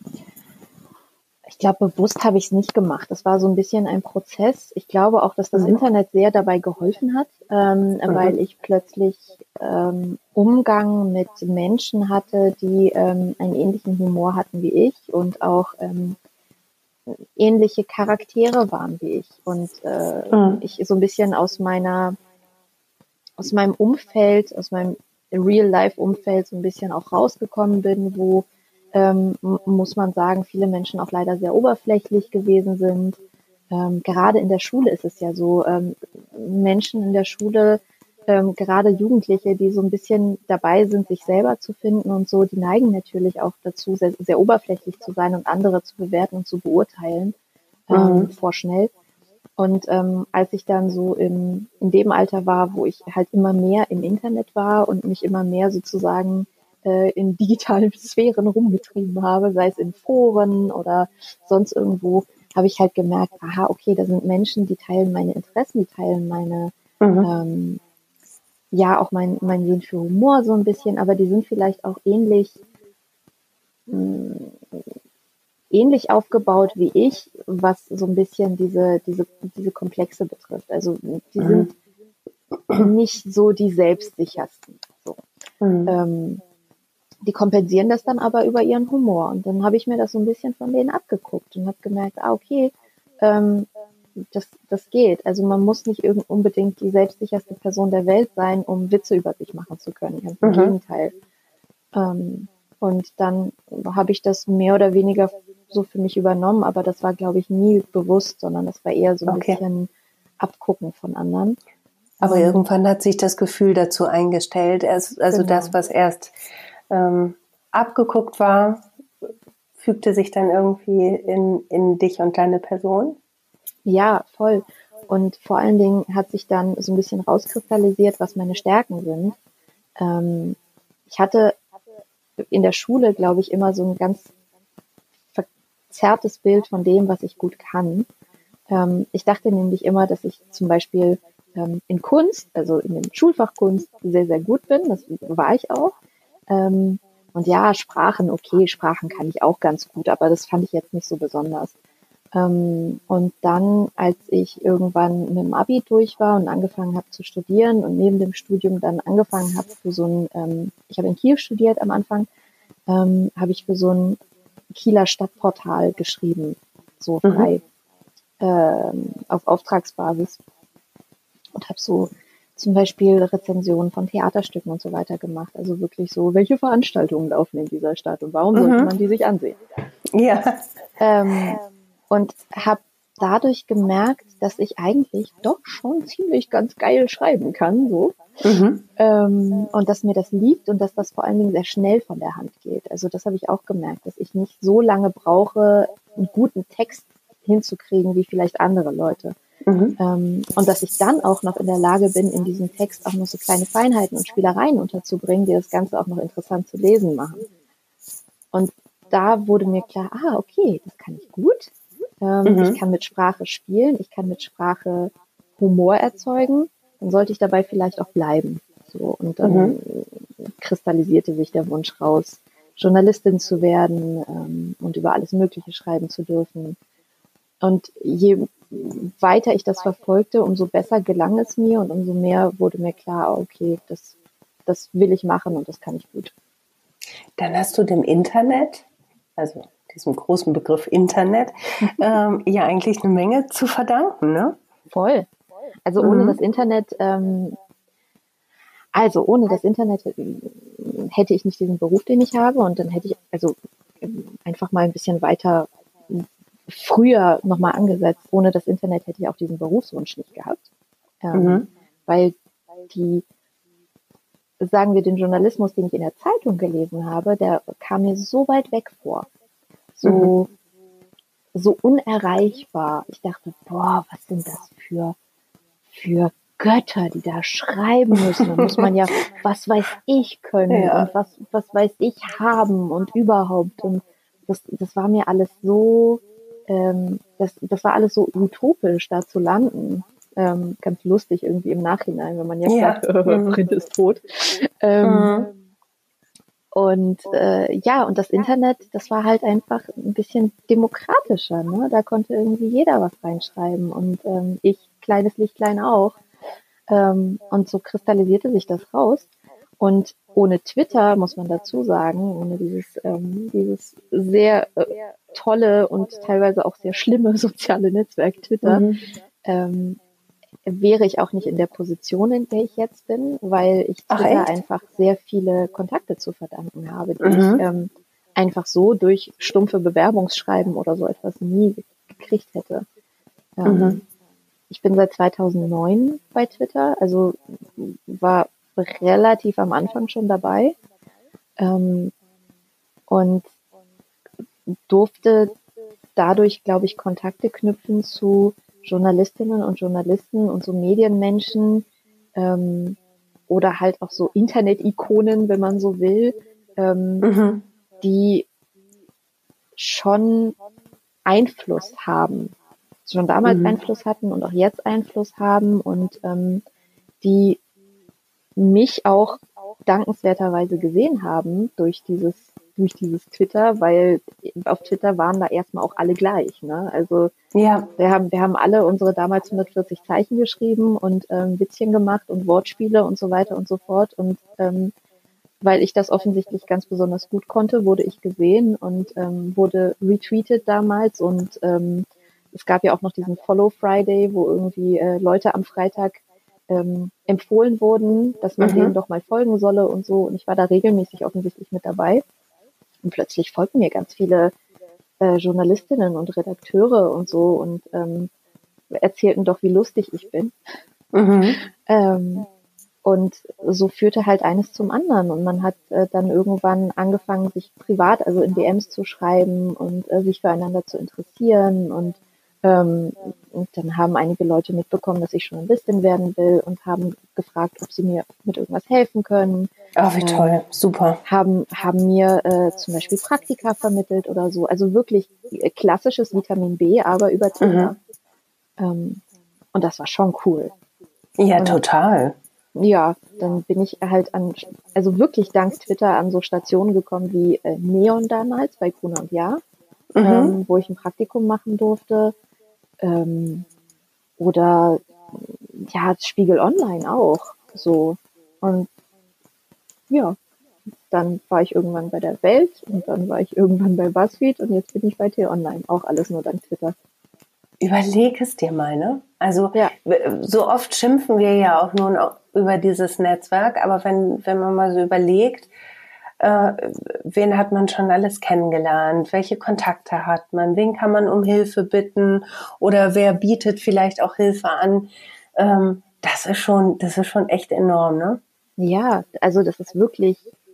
Ich glaube, bewusst habe ich es nicht gemacht. Das war so ein bisschen ein Prozess. Ich glaube auch, dass das Mhm. Internet sehr dabei geholfen hat, ähm, Mhm. weil ich plötzlich ähm, Umgang mit Menschen hatte, die ähm, einen ähnlichen Humor hatten wie ich und auch ähm, ähnliche Charaktere waren wie ich. Und äh, Mhm. ich so ein bisschen aus meiner, aus meinem Umfeld, aus meinem Real-Life-Umfeld so ein bisschen auch rausgekommen bin, wo ähm, muss man sagen, viele Menschen auch leider sehr oberflächlich gewesen sind, Ähm, gerade in der Schule ist es ja so, ähm, Menschen in der Schule, ähm, gerade Jugendliche, die so ein bisschen dabei sind, sich selber zu finden und so, die neigen natürlich auch dazu, sehr, sehr oberflächlich zu sein und andere zu bewerten und zu beurteilen, ähm, Mhm. vorschnell. Und ähm, als ich dann so im, in dem Alter war, wo ich halt immer mehr im Internet war und mich immer mehr sozusagen äh, in digitalen Sphären rumgetrieben habe, sei es in Foren oder sonst irgendwo, habe ich halt gemerkt, aha, okay, da sind Menschen, die teilen meine Interessen, die teilen meine, Mhm. ähm, ja, auch mein, mein Sinn für Humor so ein bisschen, aber die sind vielleicht auch ähnlich, mh, ähnlich aufgebaut wie ich, was so ein bisschen diese, diese, diese Komplexe betrifft. Also die sind Mhm. nicht so die selbstsichersten. So. Mhm. Ähm, die kompensieren das dann aber über ihren Humor. Und dann habe ich mir das so ein bisschen von denen abgeguckt und habe gemerkt, ah, okay, ähm, das, das geht. Also man muss nicht irgend unbedingt die selbstsicherste Person der Welt sein, um Witze über sich machen zu können. Ganz im Mhm. Gegenteil. Ähm, und dann habe ich das mehr oder weniger so für mich übernommen, aber das war, glaube ich, nie bewusst, sondern das war eher so ein Okay. bisschen Abgucken von anderen. Aber Ähm, irgendwann hat sich das Gefühl dazu eingestellt. Es, also genau. das, was erst ähm, abgeguckt war, fügte sich dann irgendwie in, in dich und deine Person. Ja, voll. Und vor allen Dingen hat sich dann so ein bisschen rauskristallisiert, was meine Stärken sind. Ähm, ich hatte in der Schule, glaube ich, immer so ein ganz verzerrtes Bild von dem, was ich gut kann. Ähm, ich dachte nämlich immer, dass ich zum Beispiel ähm, in Kunst, also in dem Schulfach Kunst, sehr, sehr gut bin. Das war ich auch. Ähm, und ja, Sprachen, okay, Sprachen kann ich auch ganz gut, aber das fand ich jetzt nicht so besonders. Ähm, und dann, als ich irgendwann mit dem Abi durch war und angefangen habe zu studieren und neben dem Studium dann angefangen habe für so ein, ähm, ich habe in Kiel studiert am Anfang, ähm, habe ich für so ein Kieler Stadtportal geschrieben, so Mhm. frei, ähm, auf Auftragsbasis und habe so zum Beispiel Rezensionen von Theaterstücken und so weiter gemacht. Also wirklich so, welche Veranstaltungen laufen in dieser Stadt und warum sollte Mhm. man die sich ansehen? Ja. Ähm, und habe dadurch gemerkt, dass ich eigentlich doch schon ziemlich ganz geil schreiben kann, so. Mhm. Ähm, und dass mir das liegt und dass das vor allen Dingen sehr schnell von der Hand geht. Also das habe ich auch gemerkt, dass ich nicht so lange brauche, einen guten Text hinzukriegen wie vielleicht andere Leute. Mhm. Ähm, und dass ich dann auch noch in der Lage bin, in diesem Text auch noch so kleine Feinheiten und Spielereien unterzubringen, die das Ganze auch noch interessant zu lesen machen. Und da wurde mir klar, ah, okay, das kann ich gut. Ähm, ich Mhm. kann mit Sprache spielen, ich kann mit Sprache Humor erzeugen. Dann sollte ich dabei vielleicht auch bleiben. So, und dann Mhm. kristallisierte sich der Wunsch raus, Journalistin zu werden ähm, und über alles Mögliche schreiben zu dürfen. Und je weiter ich das verfolgte, umso besser gelang es mir und umso mehr wurde mir klar, okay, das, das will ich machen und das kann ich gut. Dann hast du dem Internet, also diesem großen Begriff Internet, ähm, ja eigentlich eine Menge zu verdanken, ne? Voll. Also ohne das Mhm. Internet, ähm, also ohne das Internet äh, hätte ich nicht diesen Beruf, den ich habe und dann hätte ich also ähm, einfach mal ein bisschen weiter früher nochmal angesetzt. Ohne das Internet hätte ich auch diesen Berufswunsch nicht gehabt, ähm, Mhm. weil die, sagen wir, den Journalismus, den ich in der Zeitung gelesen habe, der kam mir so weit weg vor, Mhm. so so unerreichbar. Ich dachte, boah, was sind das für für Götter, die da schreiben müssen. Da muss man ja, was weiß ich können Ja. und was, was weiß ich haben und überhaupt. Und das, das war mir alles so, ähm, das, das war alles so utopisch, da zu landen. Ähm, ganz lustig irgendwie im Nachhinein, wenn man jetzt Ja. sagt, Mhm. Print ist tot. Ähm, Mhm. und äh, ja, und das Internet, das war halt einfach ein bisschen demokratischer. Ne? Da konnte irgendwie jeder was reinschreiben und ähm, ich, kleines Lichtlein auch. Ähm, und so kristallisierte sich das raus. Und ohne Twitter, muss man dazu sagen, ohne dieses, ähm, dieses sehr äh, tolle und teilweise auch sehr schlimme soziale Netzwerk Twitter, Mhm. ähm, wäre ich auch nicht in der Position, in der ich jetzt bin, weil ich Ach Twitter echt? einfach sehr viele Kontakte zu verdanken habe, die ich Mhm. ähm, einfach so durch stumpfe Bewerbungsschreiben oder so etwas nie gekriegt hätte. Ähm, Mhm. Ich bin seit zweitausendneun bei Twitter, also war relativ am Anfang schon dabei ähm, und durfte dadurch, glaube ich, Kontakte knüpfen zu Journalistinnen und Journalisten und so Medienmenschen ähm, oder halt auch so Internet-Ikonen, wenn man so will, ähm, Mhm. die schon Einfluss haben, schon damals Mhm. Einfluss hatten und auch jetzt Einfluss haben und ähm, die mich auch dankenswerterweise gesehen haben durch dieses durch dieses Twitter, weil auf Twitter waren da erstmal auch alle gleich, ne? Also Ja. wir haben wir haben alle unsere damals hundertvierzig Zeichen geschrieben und ähm, Witzchen gemacht und Wortspiele und so weiter und so fort und ähm, weil ich das offensichtlich ganz besonders gut konnte, wurde ich gesehen und ähm, wurde retweetet damals und ähm, es gab ja auch noch diesen Follow Friday, wo irgendwie äh, Leute am Freitag ähm, empfohlen wurden, dass man Mhm. denen doch mal folgen solle und so. Und ich war da regelmäßig offensichtlich mit dabei. Und plötzlich folgten mir ganz viele äh, Journalistinnen und Redakteure und so und ähm, erzählten doch, wie lustig ich bin. Mhm. Ähm, und so führte halt eines zum anderen. Und man hat äh, dann irgendwann angefangen, sich privat, also in D Ms zu schreiben und äh, sich füreinander zu interessieren. Und, ähm, und dann haben einige Leute mitbekommen, dass ich Journalistin werden will und haben gefragt, ob sie mir mit irgendwas helfen können. Oh, wie toll. Ähm, Super. haben, haben mir äh, zum Beispiel Praktika vermittelt oder so. Also wirklich äh, klassisches Vitamin B, aber über Twitter. Mhm. Ähm, und das war schon cool. Ja, Und total. ja, dann bin ich halt an, also wirklich dank Twitter an so Stationen gekommen wie äh, Neon damals bei Gruner und Jahr, Mhm. ähm, wo ich ein Praktikum machen durfte. Ähm, oder ja, Spiegel Online auch. So. Und ja, dann war ich irgendwann bei der Welt und dann war ich irgendwann bei BuzzFeed und jetzt bin ich bei T-Online. Auch alles nur dank Twitter. Überleg es dir mal, ne? Also Ja. so oft schimpfen wir ja auch nun auch über dieses Netzwerk, aber wenn, wenn man mal so überlegt, äh, wen hat man schon alles kennengelernt, welche Kontakte hat man, wen kann man um Hilfe bitten oder wer bietet vielleicht auch Hilfe an, ähm, das ist schon, das ist schon echt enorm, ne? Ja, also das ist wirklich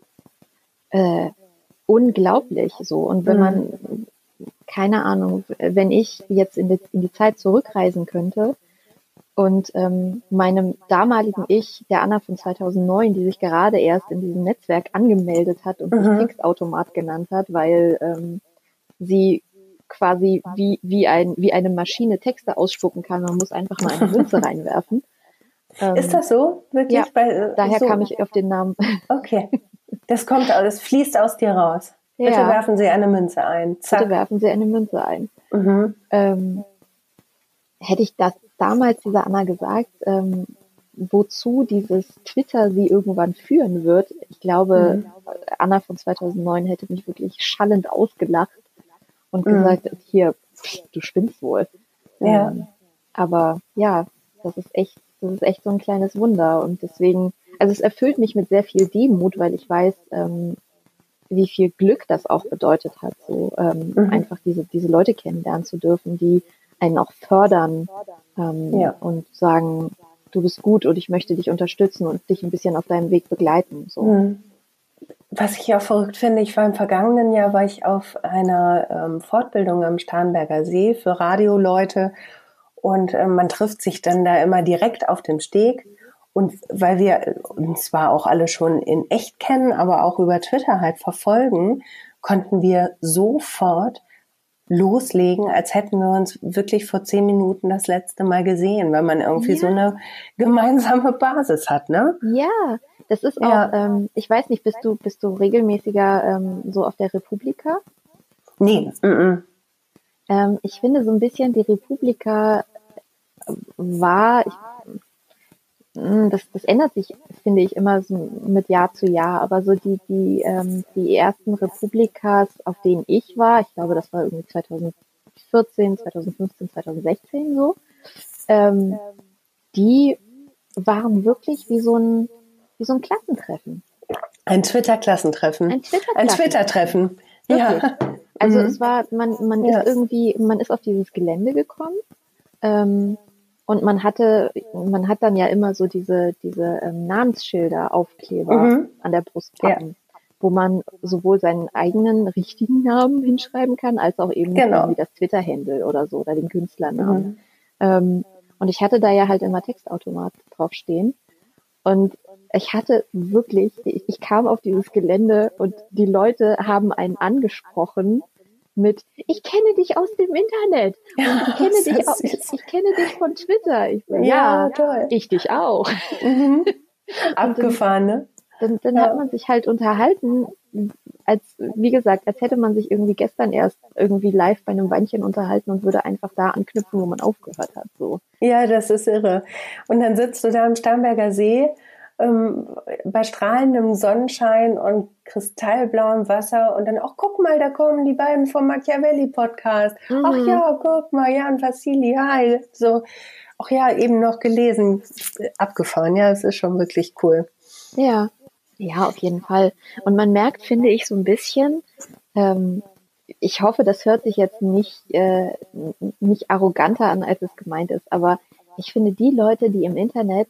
äh, unglaublich so. Und wenn man, keine Ahnung, wenn ich jetzt in die, in die Zeit zurückreisen könnte und ähm, meinem damaligen Ich, der Anna von zweitausendneun, die sich gerade erst in diesem Netzwerk angemeldet hat und sich Mhm. Textautomat genannt hat, weil ähm, sie quasi wie, wie, ein, wie eine Maschine Texte ausspucken kann. Man muss einfach nur eine Münze reinwerfen. Ähm, Ist das so? Wirklich? Ja, Bei, äh, daher so? kam ich auf den Namen. Okay. Das kommt, das fließt aus dir raus. Bitte Ja, werfen Sie eine Münze ein. Zack. bitte werfen Sie eine Münze ein. Mhm. Ähm, hätte ich das damals dieser Anna gesagt, ähm, wozu dieses Twitter sie irgendwann führen wird, ich glaube, Mhm. Anna von zweitausendneun hätte mich wirklich schallend ausgelacht und Mhm. gesagt, hier, pff, du spinnst wohl. Ja. Ähm, aber ja, das ist echt, das ist echt so ein kleines Wunder und deswegen, also es erfüllt mich mit sehr viel Demut, weil ich weiß, ähm, wie viel Glück das auch bedeutet hat, so ähm, Mhm. einfach diese, diese Leute kennenlernen zu dürfen, die einen auch fördern ähm, Ja. und sagen, du bist gut und ich möchte dich unterstützen und dich ein bisschen auf deinem Weg begleiten. So. Mhm. Was ich auch verrückt finde, ich war im vergangenen Jahr war ich auf einer ähm, Fortbildung am Starnberger See für Radioleute und ähm, man trifft sich dann da immer direkt auf dem Steg. Und weil wir uns zwar auch alle schon in echt kennen, aber auch über Twitter halt verfolgen, konnten wir sofort loslegen, als hätten wir uns wirklich vor zehn Minuten das letzte Mal gesehen, weil man irgendwie Ja. so eine gemeinsame Basis hat, ne? Ja, das ist auch, Ja. ähm, ich weiß nicht, bist du, bist du regelmäßiger ähm, so auf der Republika? Nee, mm -mm. Ähm, ich finde so ein bisschen, die Republika war, ich, mh, das, das ändert sich, finde ich, immer so mit Jahr zu Jahr, aber so die, die, ähm, die ersten Republikas, auf denen ich war, ich glaube, das war irgendwie zweitausendvierzehn, zweitausendfünfzehn, zweitausendsechzehn so, ähm, die waren wirklich wie so ein, wie so ein Klassentreffen. Ein Twitter-Klassentreffen. Ein Twitter-Klassentreffen. Ein Twitter-Treffen. Wirklich. Ja. Also Mhm. es war, man, man Ja. ist irgendwie, man ist auf dieses Gelände gekommen Ähm, und man hatte, man hat dann ja immer so diese, diese ähm, Namensschilder, Aufkleber Mhm. an der Brust pappen, ja, wo man sowohl seinen eigenen richtigen Namen hinschreiben kann, als auch eben Genau. irgendwie das Twitter-Handle oder so oder den Künstlernamen. Mhm. Ähm, und ich hatte da ja halt immer Textautomat draufstehen. Und ich hatte wirklich, ich, ich kam auf dieses Gelände und die Leute haben einen angesprochen mit, ich kenne dich aus dem Internet und ich kenne dich auch, ich, ich kenne dich von Twitter. Ich so, ja, ja, toll. Ich dich auch. Mhm. Abgefahren, ne? Dann, dann ja. hat man sich halt unterhalten, als, wie gesagt, als hätte man sich irgendwie gestern erst irgendwie live bei einem Weinchen unterhalten und würde einfach da anknüpfen, wo man aufgehört hat, so. Ja, das ist irre. Und dann sitzt du da am Starnberger See, ähm, bei strahlendem Sonnenschein und kristallblauem Wasser und dann, ach, guck mal, da kommen die beiden vom Machiavelli-Podcast. Mhm. Ach ja, guck mal, Jan Vassili, hi. So, ach ja, eben noch gelesen, abgefahren. Ja, es ist schon wirklich cool. Ja, ja, auf jeden Fall. Und man merkt, finde ich, so ein bisschen, ähm, ich hoffe, das hört sich jetzt nicht, äh, nicht arroganter an, als es gemeint ist, aber ich finde, die Leute, die im Internet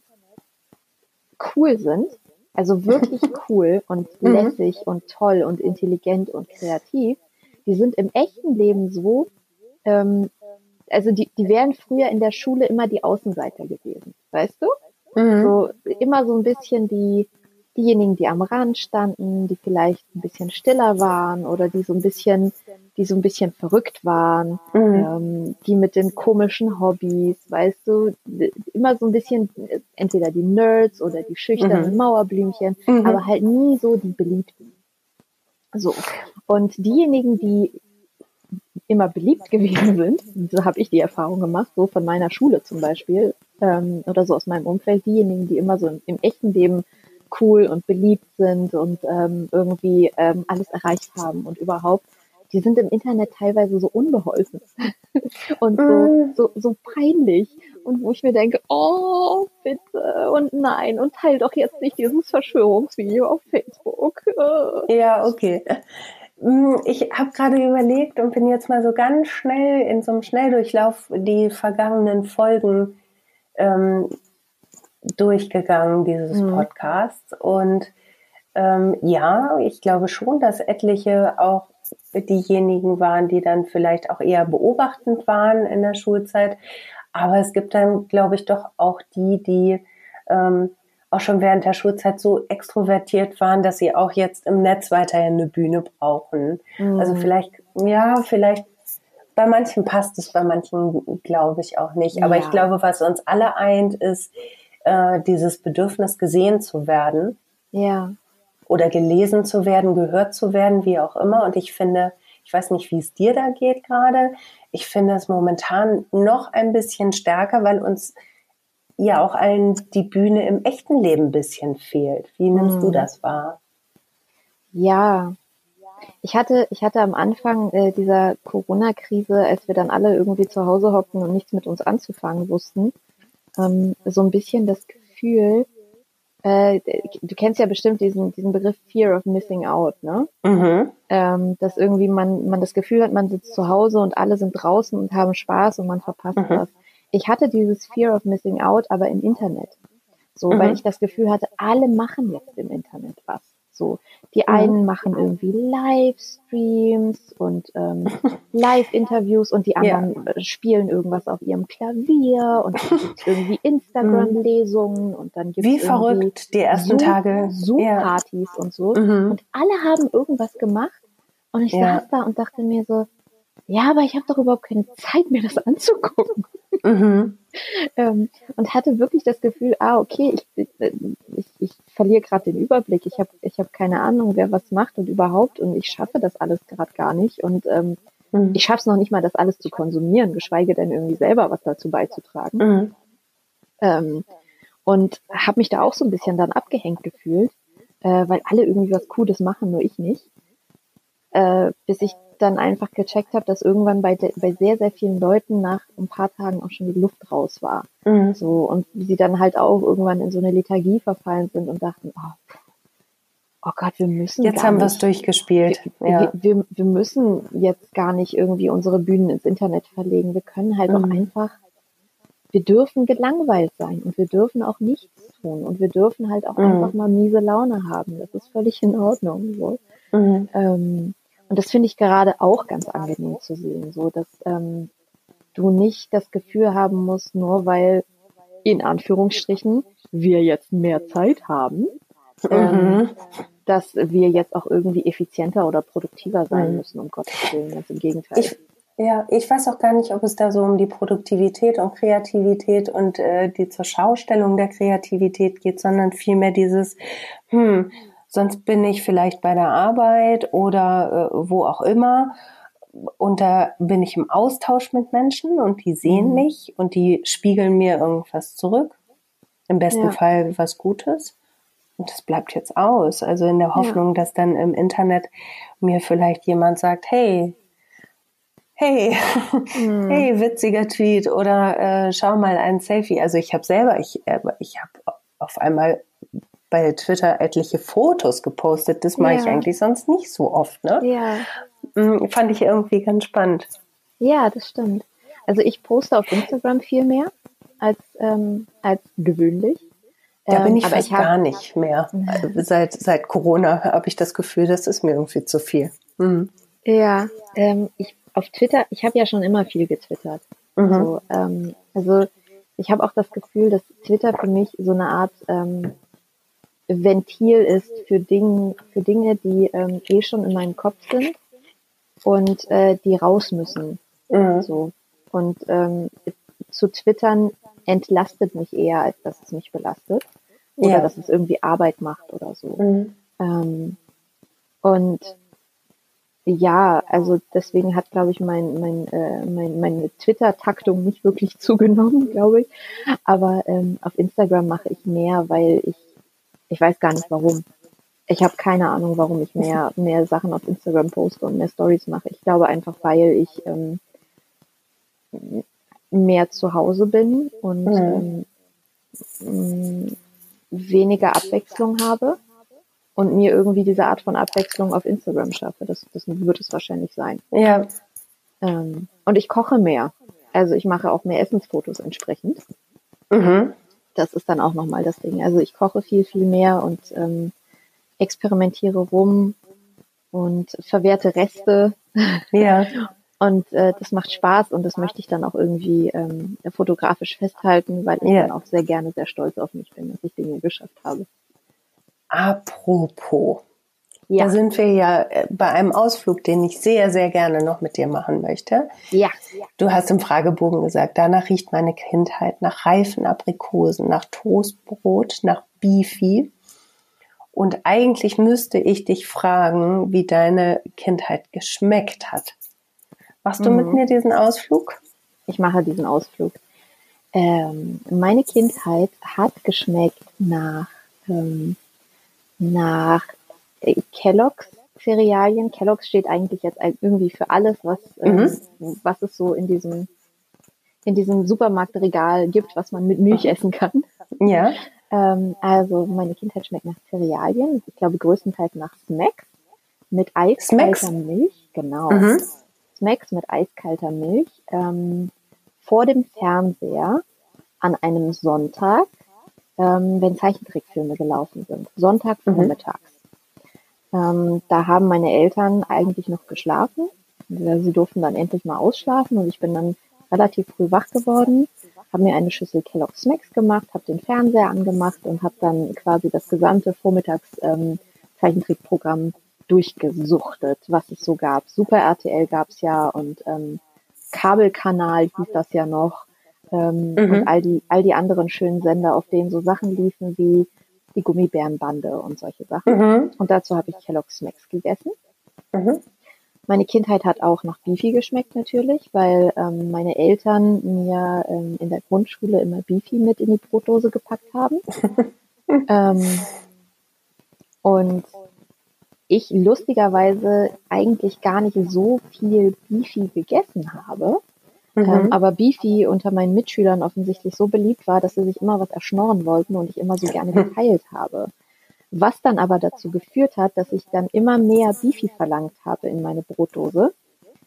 cool sind, also wirklich cool und mhm. lässig und toll und intelligent und kreativ, die sind im echten Leben so, ähm, also die, die wären früher in der Schule immer die Außenseiter gewesen, weißt du? Mhm. So immer so ein bisschen die diejenigen, die am Rand standen, die vielleicht ein bisschen stiller waren oder die so ein bisschen, die so ein bisschen verrückt waren, mhm. ähm, die mit den komischen Hobbys, weißt du, immer so ein bisschen entweder die Nerds oder die schüchternen mhm. Mauerblümchen, mhm. aber halt nie so die Beliebten. So. Und diejenigen, die immer beliebt gewesen sind, so habe ich die Erfahrung gemacht, so von meiner Schule zum Beispiel, ähm, oder so aus meinem Umfeld, diejenigen, die immer so im, im echten Leben cool und beliebt sind und ähm, irgendwie ähm, alles erreicht haben und überhaupt, die sind im Internet teilweise so unbeholfen und so, so, so peinlich und wo ich mir denke, oh, bitte und nein und teil doch jetzt nicht dieses Verschwörungsvideo auf Facebook. Ja, okay. Ich habe gerade überlegt und bin jetzt mal so ganz schnell in so einem Schnelldurchlauf die vergangenen Folgen ähm, durchgegangen dieses mhm. Podcasts und ähm, ja, ich glaube schon, dass etliche auch diejenigen waren, die dann vielleicht auch eher beobachtend waren in der Schulzeit, aber es gibt dann, glaube ich, doch auch die, die ähm, auch schon während der Schulzeit so extrovertiert waren, dass sie auch jetzt im Netz weiterhin eine Bühne brauchen. Mhm. Also vielleicht, ja, vielleicht bei manchen passt es, bei manchen glaube ich auch nicht. Aber ja. ich glaube, was uns alle eint, ist äh, dieses Bedürfnis, gesehen zu werden. Ja. Oder gelesen zu werden, gehört zu werden, wie auch immer. Und ich finde, ich weiß nicht, wie es dir da geht gerade, ich finde es momentan noch ein bisschen stärker, weil uns ja auch allen die Bühne im echten Leben ein bisschen fehlt. Wie nimmst hm. du das wahr? Ja, ich hatte, ich hatte am Anfang äh, dieser Corona-Krise, als wir dann alle irgendwie zu Hause hockten und nichts mit uns anzufangen wussten, ähm, so ein bisschen das Gefühl, äh, du kennst ja bestimmt diesen, diesen Begriff Fear of Missing Out, ne? Mhm. Ähm, dass irgendwie man, man das Gefühl hat, man sitzt zu Hause und alle sind draußen und haben Spaß und man verpasst mhm. was. Ich hatte dieses Fear of Missing Out, aber im Internet. So, mhm. weil ich das Gefühl hatte, alle machen jetzt im Internet was. So, die mhm. einen machen irgendwie Livestreams und ähm, Live-Interviews und die anderen ja. spielen irgendwas auf ihrem Klavier und dann gibt's irgendwie Instagram-Lesungen und dann gibt's Wie verrückt die ersten Zoom, Tage. Zoom-Partys ja. und so. Mhm. Und alle haben irgendwas gemacht und ich ja. saß da und dachte mir so, ja, aber ich habe doch überhaupt keine Zeit, mir das anzugucken. Mhm. ähm, und hatte wirklich das Gefühl, ah, okay, ich, ich, ich verliere gerade den Überblick. Ich habe ich hab keine Ahnung, wer was macht und überhaupt und ich schaffe das alles gerade gar nicht. Und ähm, mhm. ich schaffe es noch nicht mal, das alles zu konsumieren, geschweige denn irgendwie selber was dazu beizutragen. Mhm. Ähm, und habe mich da auch so ein bisschen dann abgehängt gefühlt, äh, weil alle irgendwie was Cooles machen, nur ich nicht. Äh, bis ich dann einfach gecheckt habe, dass irgendwann bei, de- bei sehr, sehr vielen Leuten nach ein paar Tagen auch schon die Luft raus war. Mhm. So, und sie dann halt auch irgendwann in so eine Lethargie verfallen sind und dachten, oh, oh Gott, wir müssen Jetzt haben wir es durchgespielt. Wir, ja. wir, wir, wir müssen jetzt gar nicht irgendwie unsere Bühnen ins Internet verlegen. Wir können halt mhm. auch einfach wir dürfen gelangweilt sein und wir dürfen auch nichts tun und wir dürfen halt auch Mhm. einfach mal miese Laune haben. Das ist völlig in Ordnung. So. Mhm. Ähm, und das finde ich gerade auch ganz angenehm zu sehen, so dass ähm, du nicht das Gefühl haben musst, nur weil in Anführungsstrichen wir jetzt mehr Zeit haben, ähm, Mhm. dass wir jetzt auch irgendwie effizienter oder produktiver sein Mhm. müssen, um Gottes Willen, ganz im Gegenteil. Ich, ja, ich weiß auch gar nicht, ob es da so um die Produktivität und Kreativität und äh, die zur Schaustellung der Kreativität geht, sondern vielmehr dieses, hm, sonst bin ich vielleicht bei der Arbeit oder äh, wo auch immer und da bin ich im Austausch mit Menschen und die sehen Mhm. mich und die spiegeln mir irgendwas zurück, im besten Ja. Fall was Gutes. Und das bleibt jetzt aus. Also in der Hoffnung, dass dann im Internet mir vielleicht jemand sagt, hey, hey, Mhm. hey, witziger Tweet oder äh, schau mal ein Selfie. Also ich habe selber, ich, äh, ich habe auf einmal bei Twitter etliche Fotos gepostet. Das mache ich Ja. eigentlich sonst nicht so oft. Ne? Ja. Mhm, fand ich irgendwie ganz spannend. Ja, das stimmt. Also ich poste auf Instagram viel mehr als, ähm, als gewöhnlich. Da bin Ähm, ich aber fast ich hab, gar nicht mehr. Seit, seit Corona habe ich das Gefühl, das ist mir irgendwie zu viel. Mhm. Ja, ähm, ich auf Twitter, ich habe ja schon immer viel getwittert. Mhm. So, ähm, also ich habe auch das Gefühl, dass Twitter für mich so eine Art ähm, Ventil ist für Dinge, für Dinge, die ähm, eh schon in meinem Kopf sind und äh, die raus müssen. Mhm. So. Und ähm, zu twittern entlastet mich eher, als dass es mich belastet. Oder Ja. dass es irgendwie Arbeit macht oder so. Mhm. Ähm, und ja, also deswegen hat, glaube ich, mein, mein, äh, mein, meine Twitter-Taktung nicht wirklich zugenommen, glaube ich. Aber ähm, auf Instagram mache ich mehr, weil ich, ich weiß gar nicht warum. Ich habe keine Ahnung, warum ich mehr, mehr Sachen auf Instagram poste und mehr Stories mache. Ich glaube einfach, weil ich ähm, mehr zu Hause bin und Mhm. ähm, weniger Abwechslung habe und mir irgendwie diese Art von Abwechslung auf Instagram schaffe. Das, das wird es wahrscheinlich sein. Ja. Ähm, und ich koche mehr. Also ich mache auch mehr Essensfotos entsprechend. Mhm. Das ist dann auch nochmal das Ding. Also ich koche viel, viel mehr und ähm, experimentiere rum und verwerte Reste. Ja. Und äh, das macht Spaß und das möchte ich dann auch irgendwie ähm, fotografisch festhalten, weil ich Ja. dann auch sehr gerne sehr stolz auf mich bin, dass ich Dinge geschafft habe. Apropos, Ja, da sind wir ja äh, bei einem Ausflug, den ich sehr, sehr gerne noch mit dir machen möchte. ja, Du hast im Fragebogen gesagt, danach riecht meine Kindheit nach reifen Aprikosen, nach Toastbrot, nach Beefy. Und eigentlich müsste ich dich fragen, wie deine Kindheit geschmeckt hat. Machst du mit Mhm. mir diesen Ausflug? ich mache diesen Ausflug. Ähm, meine Kindheit hat geschmeckt nach, ähm, nach äh, Kellogg's Cerealien. Kellogg's steht eigentlich jetzt ein- irgendwie für alles, was, ähm, was es so in diesem, in diesem Supermarktregal gibt, was man mit Milch essen kann. Ja. Ähm, also meine Kindheit schmeckt nach Cerealien. Ich glaube größtenteils nach Smacks mit eiskalter Smacks? Milch. Genau. Mhm. Smacks mit eiskalter Milch. Ähm, vor dem Fernseher an einem Sonntag, ähm, wenn Zeichentrickfilme gelaufen sind. Sonntagvormittags. Ähm, da haben meine Eltern eigentlich noch geschlafen. Sie durften dann endlich mal ausschlafen und ich bin dann relativ früh wach geworden, habe mir eine Schüssel Kellogg's Smacks gemacht, habe den Fernseher angemacht und habe dann quasi das gesamte Vormittags ähm, Zeichentrickprogramm durchgesuchtet, was es so gab. Super R T L gab's ja und ähm, Kabelkanal hieß das ja noch ähm, Mhm. und all die all die anderen schönen Sender, auf denen so Sachen liefen wie die Gummibärenbande und solche Sachen. Mhm. Und dazu habe ich Kellogg's Smacks gegessen. Mhm. Meine Kindheit hat auch nach Beefy geschmeckt natürlich, weil ähm, meine Eltern mir ähm, in der Grundschule immer Beefy mit in die Brotdose gepackt haben. ähm, und ich lustigerweise eigentlich gar nicht so viel Beefy gegessen habe. Mhm. Ähm, aber Beefy unter meinen Mitschülern offensichtlich so beliebt war, dass sie sich immer was erschnorren wollten und ich immer so gerne geteilt habe. Was dann aber dazu geführt hat, dass ich dann immer mehr Beefy verlangt habe in meine Brotdose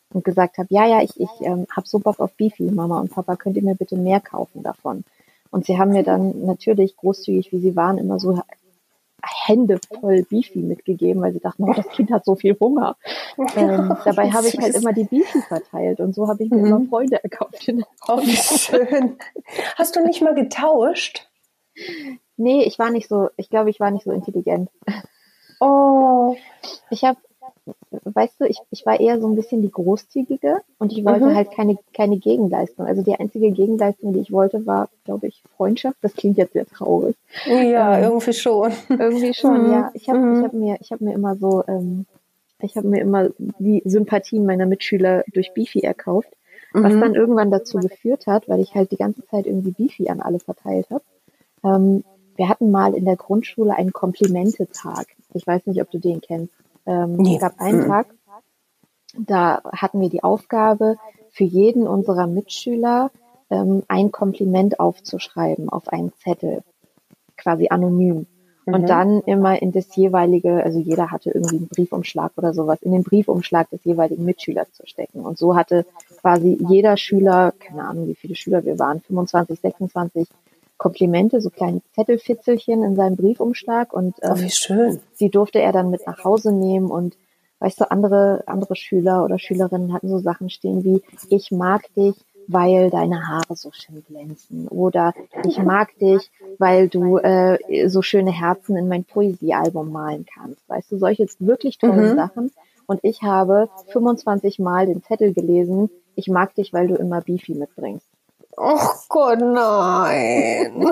und gesagt habe, ja, ja, ich, ich ähm, habe so Bock auf Beefy, Mama und Papa, könnt ihr mir bitte mehr kaufen davon? Und sie haben mir dann natürlich, großzügig wie sie waren, immer so Hände voll Beefy mitgegeben, weil sie dachten, oh, das Kind hat so viel Hunger. Ähm, dabei habe ich halt immer die Beefy verteilt und so habe ich mir mhm. immer Freunde erkauft. Oh, wie schön. Hast du nicht mal getauscht? Nee, ich war nicht so, ich glaube, ich war nicht so intelligent. Oh. Ich habe, weißt du, ich, ich war eher so ein bisschen die Großzügige und ich wollte mhm. halt keine, keine Gegenleistung. Also die einzige Gegenleistung, die ich wollte, war, glaube ich, Freundschaft. Das klingt jetzt sehr traurig. Ja, ähm, irgendwie schon. Irgendwie schon, mhm. ja. Ich habe mhm. ich hab mir, ich hab mir immer so, ähm, ich habe mir immer die Sympathien meiner Mitschüler durch Beefy erkauft, mhm. was dann irgendwann dazu geführt hat, weil ich halt die ganze Zeit irgendwie Beefy an alle verteilt habe. Ähm, wir hatten mal in der Grundschule einen Komplimente-Tag. Ich weiß nicht, ob du den kennst. Ähm, nee. Es gab einen mhm. Tag, da hatten wir die Aufgabe, für jeden unserer Mitschüler ähm, ein Kompliment aufzuschreiben auf einen Zettel, quasi anonym. Mhm. Und dann immer in das jeweilige, also jeder hatte irgendwie einen Briefumschlag oder sowas, in den Briefumschlag des jeweiligen Mitschülers zu stecken. Und so hatte quasi jeder Schüler, keine Ahnung, wie viele Schüler wir waren, fünfundzwanzig, sechsundzwanzig Komplimente, so kleine Zettelfitzelchen in seinem Briefumschlag. Und ähm, oh, wie schön. Die durfte er dann mit nach Hause nehmen. Und weißt du, andere andere Schüler oder Schülerinnen hatten so Sachen stehen wie, ich mag dich, weil deine Haare so schön glänzen. Oder ich mag dich, weil du äh, so schöne Herzen in mein Poesiealbum malen kannst. Weißt du, solche wirklich tollen mhm. Sachen. Und ich habe fünfundzwanzig Mal den Zettel gelesen, ich mag dich, weil du immer Beefy mitbringst. Oh Gott, nein.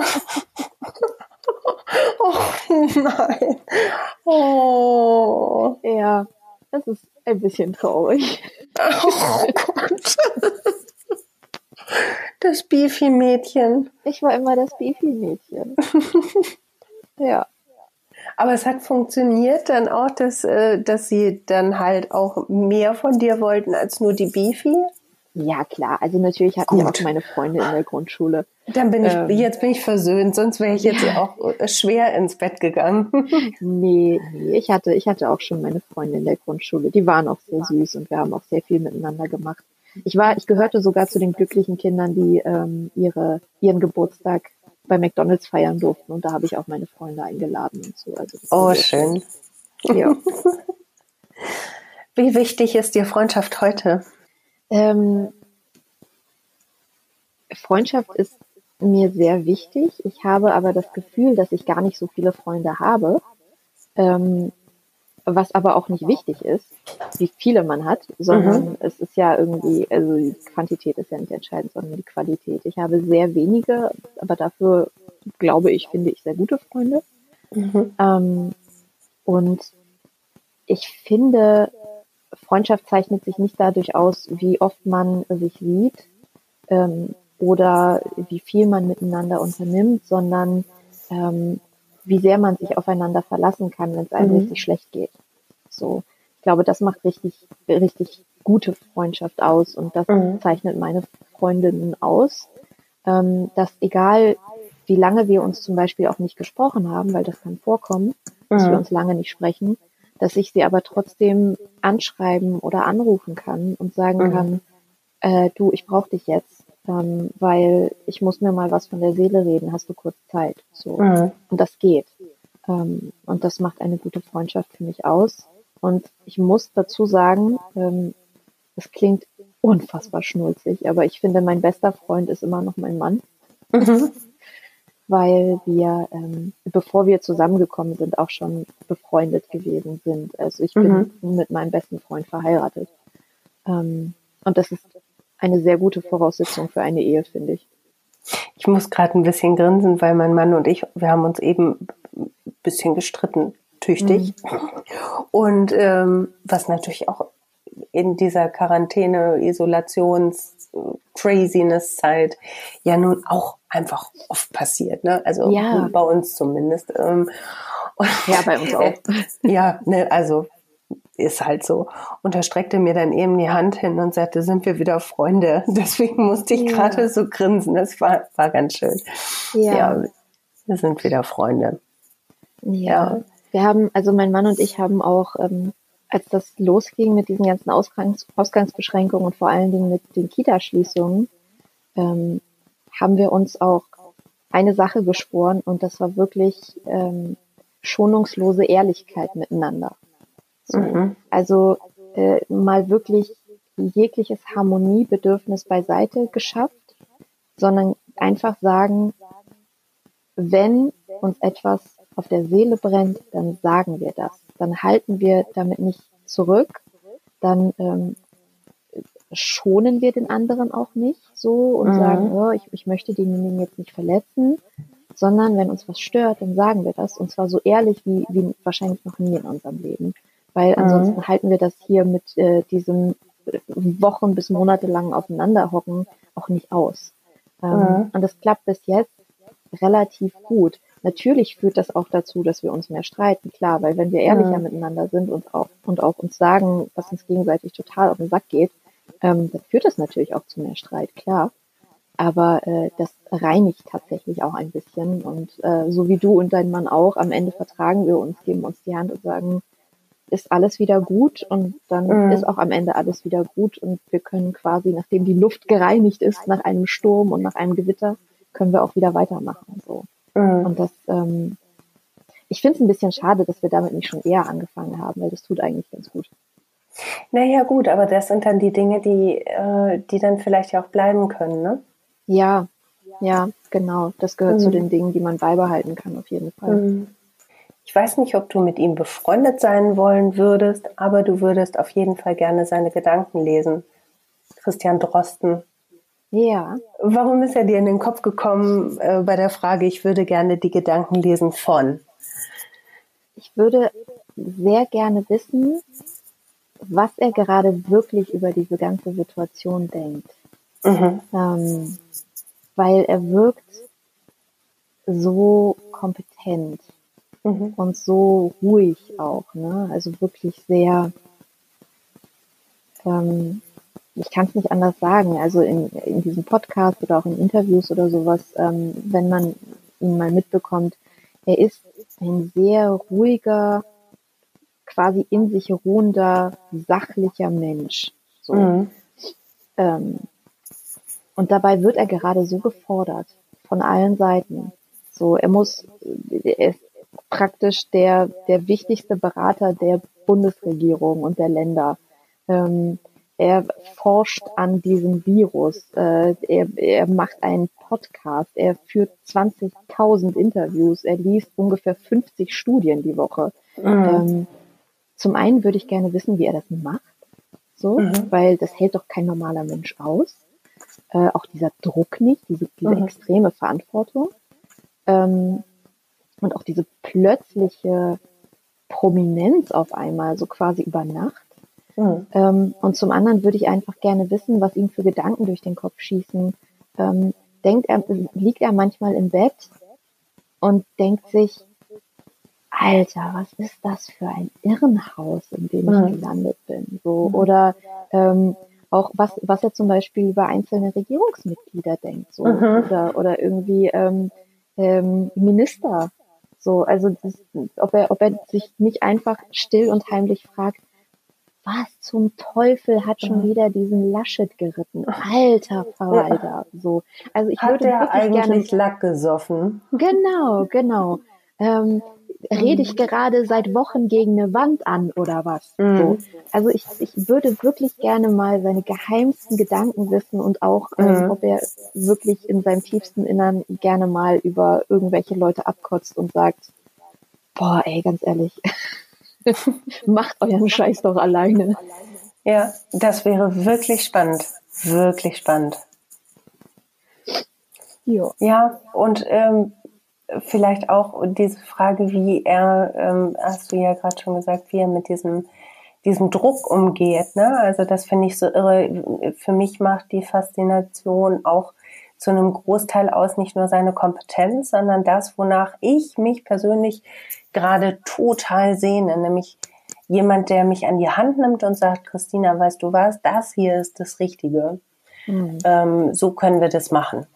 Oh nein. Oh. Ja, das ist ein bisschen traurig. Oh Gott. Das Beefy-Mädchen. Ich war immer das Beefy-Mädchen. Ja. Aber es hat funktioniert dann auch, dass, dass sie dann halt auch mehr von dir wollten als nur die Beefy? Ja, klar. Also natürlich hatten wir auch meine Freunde in der Grundschule. Dann bin ich, ähm, jetzt bin ich versöhnt, sonst wäre ich jetzt ja. auch schwer ins Bett gegangen. Nee, nee, ich hatte, ich hatte auch schon meine Freunde in der Grundschule. Die waren auch sehr süß und wir haben auch sehr viel miteinander gemacht. Ich war, ich gehörte sogar zu den glücklichen Kindern, die ähm, ihre, ihren Geburtstag bei McDonald's feiern durften und da habe ich auch meine Freunde eingeladen und so. Also oh, schön. schön. Ja. Wie wichtig ist dir Freundschaft heute? Ähm, Freundschaft ist mir sehr wichtig. Ich habe aber das Gefühl, dass ich gar nicht so viele Freunde habe, ähm, was aber auch nicht wichtig ist, wie viele man hat, sondern mhm. es ist ja irgendwie, also die Quantität ist ja nicht entscheidend, sondern die Qualität. Ich habe sehr wenige, aber dafür glaube ich, finde ich sehr gute Freunde. Mhm. Ähm, und ich finde, Freundschaft zeichnet sich nicht dadurch aus, wie oft man sich sieht ähm, oder wie viel man miteinander unternimmt, sondern ähm, wie sehr man sich aufeinander verlassen kann, wenn es einem mhm. richtig schlecht geht. So, ich glaube, das macht richtig, richtig gute Freundschaft aus und das mhm. zeichnet meine Freundinnen aus, ähm, dass egal wie lange wir uns zum Beispiel auch nicht gesprochen haben, weil das kann vorkommen, mhm. dass wir uns lange nicht sprechen, dass ich sie aber trotzdem anschreiben oder anrufen kann und sagen mhm. kann, äh, du, ich brauche dich jetzt, ähm, weil ich muss mir mal was von der Seele reden, hast du kurz Zeit? So. Mhm. Und das geht. Ähm, und das macht eine gute Freundschaft für mich aus. Und ich muss dazu sagen, ähm, das klingt unfassbar schnulzig, aber ich finde, mein bester Freund ist immer noch mein Mann. Mhm. Weil wir, ähm, bevor wir zusammengekommen sind, auch schon befreundet gewesen sind. Also ich bin mhm. mit meinem besten Freund verheiratet. Ähm, und das ist eine sehr gute Voraussetzung für eine Ehe, finde ich. Ich muss gerade ein bisschen grinsen, weil mein Mann und ich, wir haben uns eben ein bisschen gestritten, tüchtig. Mhm. Und ähm, was natürlich auch in dieser Quarantäne, Isolations, Craziness-Zeit ja nun auch einfach oft passiert, ne? Also ja. bei uns zumindest. Ähm, und, ja, bei uns auch. Äh, ja, ne, also ist halt so. Und er streckte mir dann eben die Hand hin und sagte, sind wir wieder Freunde? Deswegen musste ich ja. gerade so grinsen. Das war, war ganz schön. Ja. ja, wir sind wieder Freunde. Ja. ja. Wir haben, also mein Mann und ich haben auch ähm, als das losging mit diesen ganzen Ausgangs Ausgangsbeschränkungen und vor allen Dingen mit den Kitaschließungen, ähm, haben wir uns auch eine Sache geschworen und das war wirklich ähm, schonungslose Ehrlichkeit miteinander. So. Mhm. Also äh, mal wirklich jegliches Harmoniebedürfnis beiseite geschafft, sondern einfach sagen, wenn uns etwas auf der Seele brennt, dann sagen wir das. Dann halten wir damit nicht zurück, dann ähm, schonen wir den anderen auch nicht so und mhm. sagen, oh, ich, ich möchte denjenigen jetzt nicht verletzen, sondern wenn uns was stört, dann sagen wir das und zwar so ehrlich wie, wie wahrscheinlich noch nie in unserem Leben. Weil ansonsten mhm. halten wir das hier mit äh, diesem Wochen bis Monate lang Aufeinanderhocken auch nicht aus. Ähm, mhm. Und das klappt bis jetzt relativ gut. Natürlich führt das auch dazu, dass wir uns mehr streiten, klar, weil wenn wir ehrlicher mhm. miteinander sind und auch, und auch uns sagen, was uns gegenseitig total auf den Sack geht, ähm, dann führt das natürlich auch zu mehr Streit, klar. Aber äh, das reinigt tatsächlich auch ein bisschen und äh, so wie du und dein Mann auch, am Ende vertragen wir uns, geben uns die Hand und sagen, ist alles wieder gut und dann mhm. ist auch am Ende alles wieder gut und wir können quasi, nachdem die Luft gereinigt ist, nach einem Sturm und nach einem Gewitter, können wir auch wieder weitermachen. So. Mhm. Und das, ähm, ich finde es ein bisschen schade, dass wir damit nicht schon eher angefangen haben, weil das tut eigentlich ganz gut. Naja gut, aber das sind dann die Dinge, die, äh, die dann vielleicht ja auch bleiben können, ne? Ja, ja, genau. Das gehört mhm. zu den Dingen, die man beibehalten kann, auf jeden Fall. Mhm. Ich weiß nicht, ob du mit ihm befreundet sein wollen würdest, aber du würdest auf jeden Fall gerne seine Gedanken lesen. Christian Drosten. Ja. Warum ist er dir in den Kopf gekommen äh, bei der Frage, ich würde gerne die Gedanken lesen von? Ich würde sehr gerne wissen, was er gerade wirklich über diese ganze Situation denkt. Mhm. Ähm, weil er wirkt so kompetent. Mhm. Und so ruhig auch, ne? Also wirklich sehr, ähm, ich kann es nicht anders sagen, also in, in diesem Podcast oder auch in Interviews oder sowas, ähm, wenn man ihn mal mitbekommt, er ist ein sehr ruhiger, quasi in sich ruhender, sachlicher Mensch. So. Mhm. Ähm, und dabei wird er gerade so gefordert von allen Seiten. So, er muss, er ist praktisch der, der wichtigste Berater der Bundesregierung und der Länder. Ähm, er forscht an diesem Virus. Äh, er, er macht einen Podcast. Er führt zwanzigtausend Interviews. Er liest ungefähr fünfzig Studien die Woche. Mhm. Ähm, zum einen würde ich gerne wissen, wie er das macht. So, mhm. weil das hält doch kein normaler Mensch aus. Äh, auch dieser Druck nicht, diese, diese mhm. extreme Verantwortung. Ähm, und auch diese plötzliche Prominenz auf einmal, so quasi über Nacht. Mhm. Ähm, und zum anderen würde ich einfach gerne wissen, was ihm für Gedanken durch den Kopf schießen. Ähm, denkt er, liegt er manchmal im Bett und denkt sich, Alter, was ist das für ein Irrenhaus, in dem mhm. ich gelandet bin? So, mhm. oder ähm, auch was, was er zum Beispiel über einzelne Regierungsmitglieder denkt, so, mhm. oder, oder irgendwie ähm, ähm, Minister. So, also das, ob er, ob er sich nicht einfach still und heimlich fragt, was zum Teufel hat schon wieder diesen Laschet geritten? Alter Verwalter. So, also ich hat würde der wirklich eigentlich gerne, Lack gesoffen? Genau, genau. Ähm, rede ich gerade seit Wochen gegen eine Wand an oder was? Mhm. So. Also ich, ich würde wirklich gerne mal seine geheimsten Gedanken wissen und auch, ähm, mhm. ob er wirklich in seinem tiefsten Innern gerne mal über irgendwelche Leute abkotzt und sagt, boah, ey, ganz ehrlich, macht euren Scheiß doch alleine. Ja, das wäre wirklich spannend. Wirklich spannend. Jo. Ja, und ähm, vielleicht auch diese Frage, wie er, ähm, hast du ja gerade schon gesagt, wie er mit diesem, diesem Druck umgeht, ne? Also das finde ich so irre. Für mich macht die Faszination auch zu einem Großteil aus nicht nur seine Kompetenz, sondern das, wonach ich mich persönlich gerade total sehne, nämlich jemand, der mich an die Hand nimmt und sagt, Christina, weißt du was, das hier ist das Richtige. Mhm. Ähm, so können wir das machen.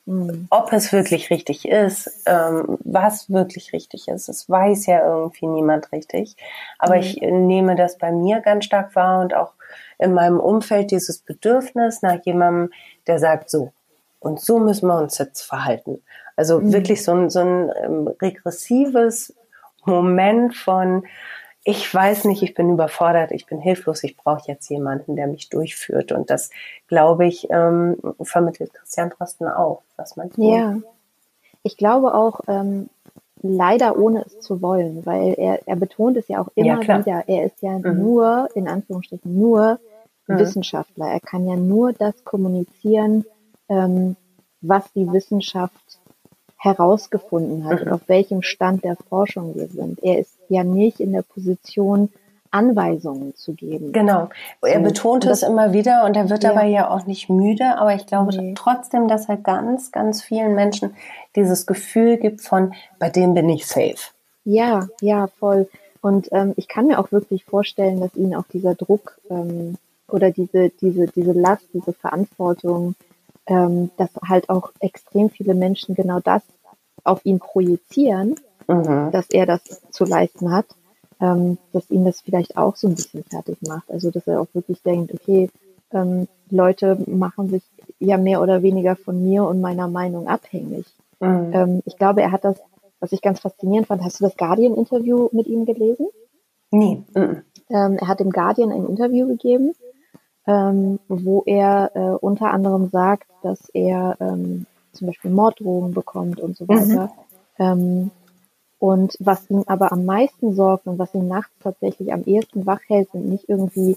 Mhm. Ob es wirklich richtig ist, ähm, was wirklich richtig ist, das weiß ja irgendwie niemand richtig. Aber mhm. ich nehme das bei mir ganz stark wahr und auch in meinem Umfeld dieses Bedürfnis nach jemandem, der sagt, so, und so müssen wir uns jetzt verhalten. Also mhm. wirklich so ein, so ein ähm, regressives Moment von, ich weiß nicht, ich bin überfordert, ich bin hilflos, ich brauche jetzt jemanden, der mich durchführt. Und das, glaube ich, ähm, vermittelt Christian Drosten auch, was man tut. Ja, ich glaube auch, ähm, leider ohne es zu wollen, weil er, er betont es ja auch immer ja, wieder, er ist ja mhm. nur, in Anführungsstrichen, nur mhm. Wissenschaftler. Er kann ja nur das kommunizieren, ähm, was die Wissenschaft herausgefunden hat mhm. und auf welchem Stand der Forschung wir sind. Er ist ja nicht in der Position, Anweisungen zu geben. Genau. Er so. betont das, es immer wieder und er wird ja. dabei ja auch nicht müde, aber ich glaube nee. trotzdem, dass er ganz, ganz vielen Menschen dieses Gefühl gibt von, bei dem bin ich safe. Ja, ja, voll. Und ähm, ich kann mir auch wirklich vorstellen, dass ihn auch dieser Druck ähm, oder diese, diese, diese Last, diese Verantwortung, ähm, dass halt auch extrem viele Menschen genau das auf ihn projizieren, mhm. dass er das zu leisten hat, ähm, dass ihn das vielleicht auch so ein bisschen fertig macht. Also dass er auch wirklich denkt, okay, ähm, Leute machen sich ja mehr oder weniger von mir und meiner Meinung abhängig. Mhm. Ähm, ich glaube, er hat das, was ich ganz faszinierend fand, hast du das Guardian-Interview mit ihm gelesen? Nee. Mhm. Ähm, er hat dem Guardian ein Interview gegeben, ähm, wo er äh, unter anderem sagt, dass er ähm, zum Beispiel Morddrohungen bekommt und so weiter. Mhm. Ähm, und was ihn aber am meisten sorgt und was ihn nachts tatsächlich am ehesten wach hält, sind nicht irgendwie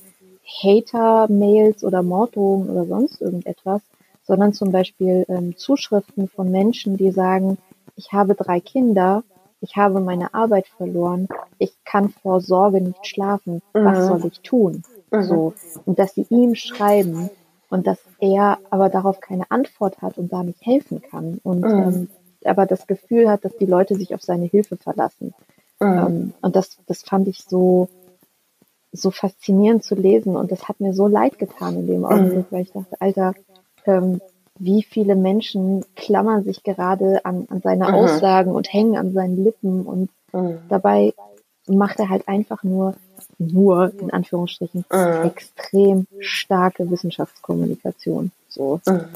Hater-Mails oder Morddrohungen oder sonst irgendetwas, sondern zum Beispiel ähm, Zuschriften von Menschen, die sagen, ich habe drei Kinder, ich habe meine Arbeit verloren, ich kann vor Sorge nicht schlafen, mhm. was soll ich tun? Mhm. So. Und dass sie ihm schreiben und dass er aber darauf keine Antwort hat und da nicht helfen kann und mhm. ähm, aber das Gefühl hat, dass die Leute sich auf seine Hilfe verlassen. Mhm. Ähm, und das, das fand ich so, so faszinierend zu lesen und das hat mir so leid getan in dem Augenblick, mhm. weil ich dachte, Alter, ähm, wie viele Menschen klammern sich gerade an, an seine mhm. Aussagen und hängen an seinen Lippen und mhm. dabei macht er halt einfach nur, nur in Anführungsstrichen, mhm. extrem starke Wissenschaftskommunikation. So. Mhm.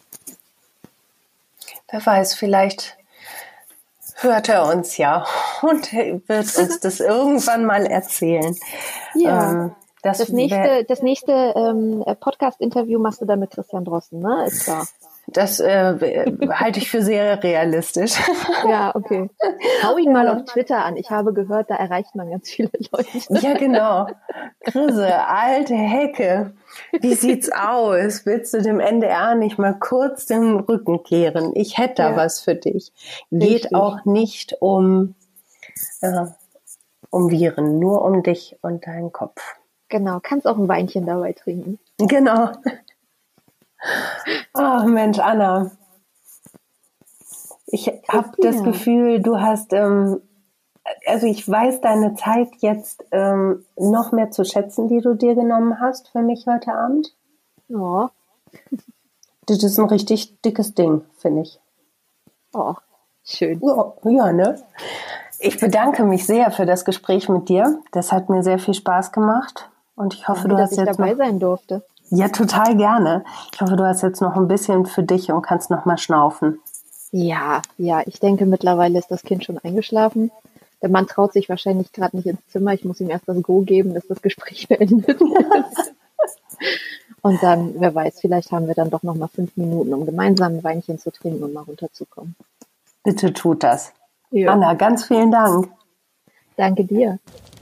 Wer weiß, vielleicht hört er uns ja und wird uns das irgendwann mal erzählen. Ja, ähm, das, das nächste, das nächste ähm, Podcast-Interview machst du dann mit Christian Drosten, ne? Ist klar. Das äh, halte ich für sehr realistisch. Ja, okay. Hau ihn ja. mal auf Twitter an. Ich habe gehört, da erreicht man ganz viele Leute. Ja, genau. Grisse, alte Hecke. Wie sieht's aus? Willst du dem N D R nicht mal kurz den Rücken kehren? Ich hätte da ja. was für dich. Geht Richtig. Auch nicht um, äh, um Viren, nur um dich und deinen Kopf. Genau, kannst auch ein Weinchen dabei trinken. Genau. Oh Mensch, Anna. Ich habe das Gefühl, du hast, ähm, also ich weiß deine Zeit jetzt ähm, noch mehr zu schätzen, die du dir genommen hast für mich heute Abend. Ja. Das ist ein richtig dickes Ding, finde ich. Oh, schön. Ja, ja, ne? Ich bedanke mich sehr für das Gespräch mit dir. Das hat mir sehr viel Spaß gemacht. Und ich hoffe, Danke, du hast dass ich jetzt dabei noch... sein durfte. Ja, total gerne. Ich hoffe, du hast jetzt noch ein bisschen für dich und kannst noch mal schnaufen. Ja, ja, ich denke, mittlerweile ist das Kind schon eingeschlafen. Der Mann traut sich wahrscheinlich gerade nicht ins Zimmer. Ich muss ihm erst das Go geben, dass das Gespräch beendet ist. Und dann, wer weiß, vielleicht haben wir dann doch noch mal fünf Minuten, um gemeinsam ein Weinchen zu trinken und mal runterzukommen. Bitte tut das. Ja. Anna, ganz vielen Dank. Danke dir.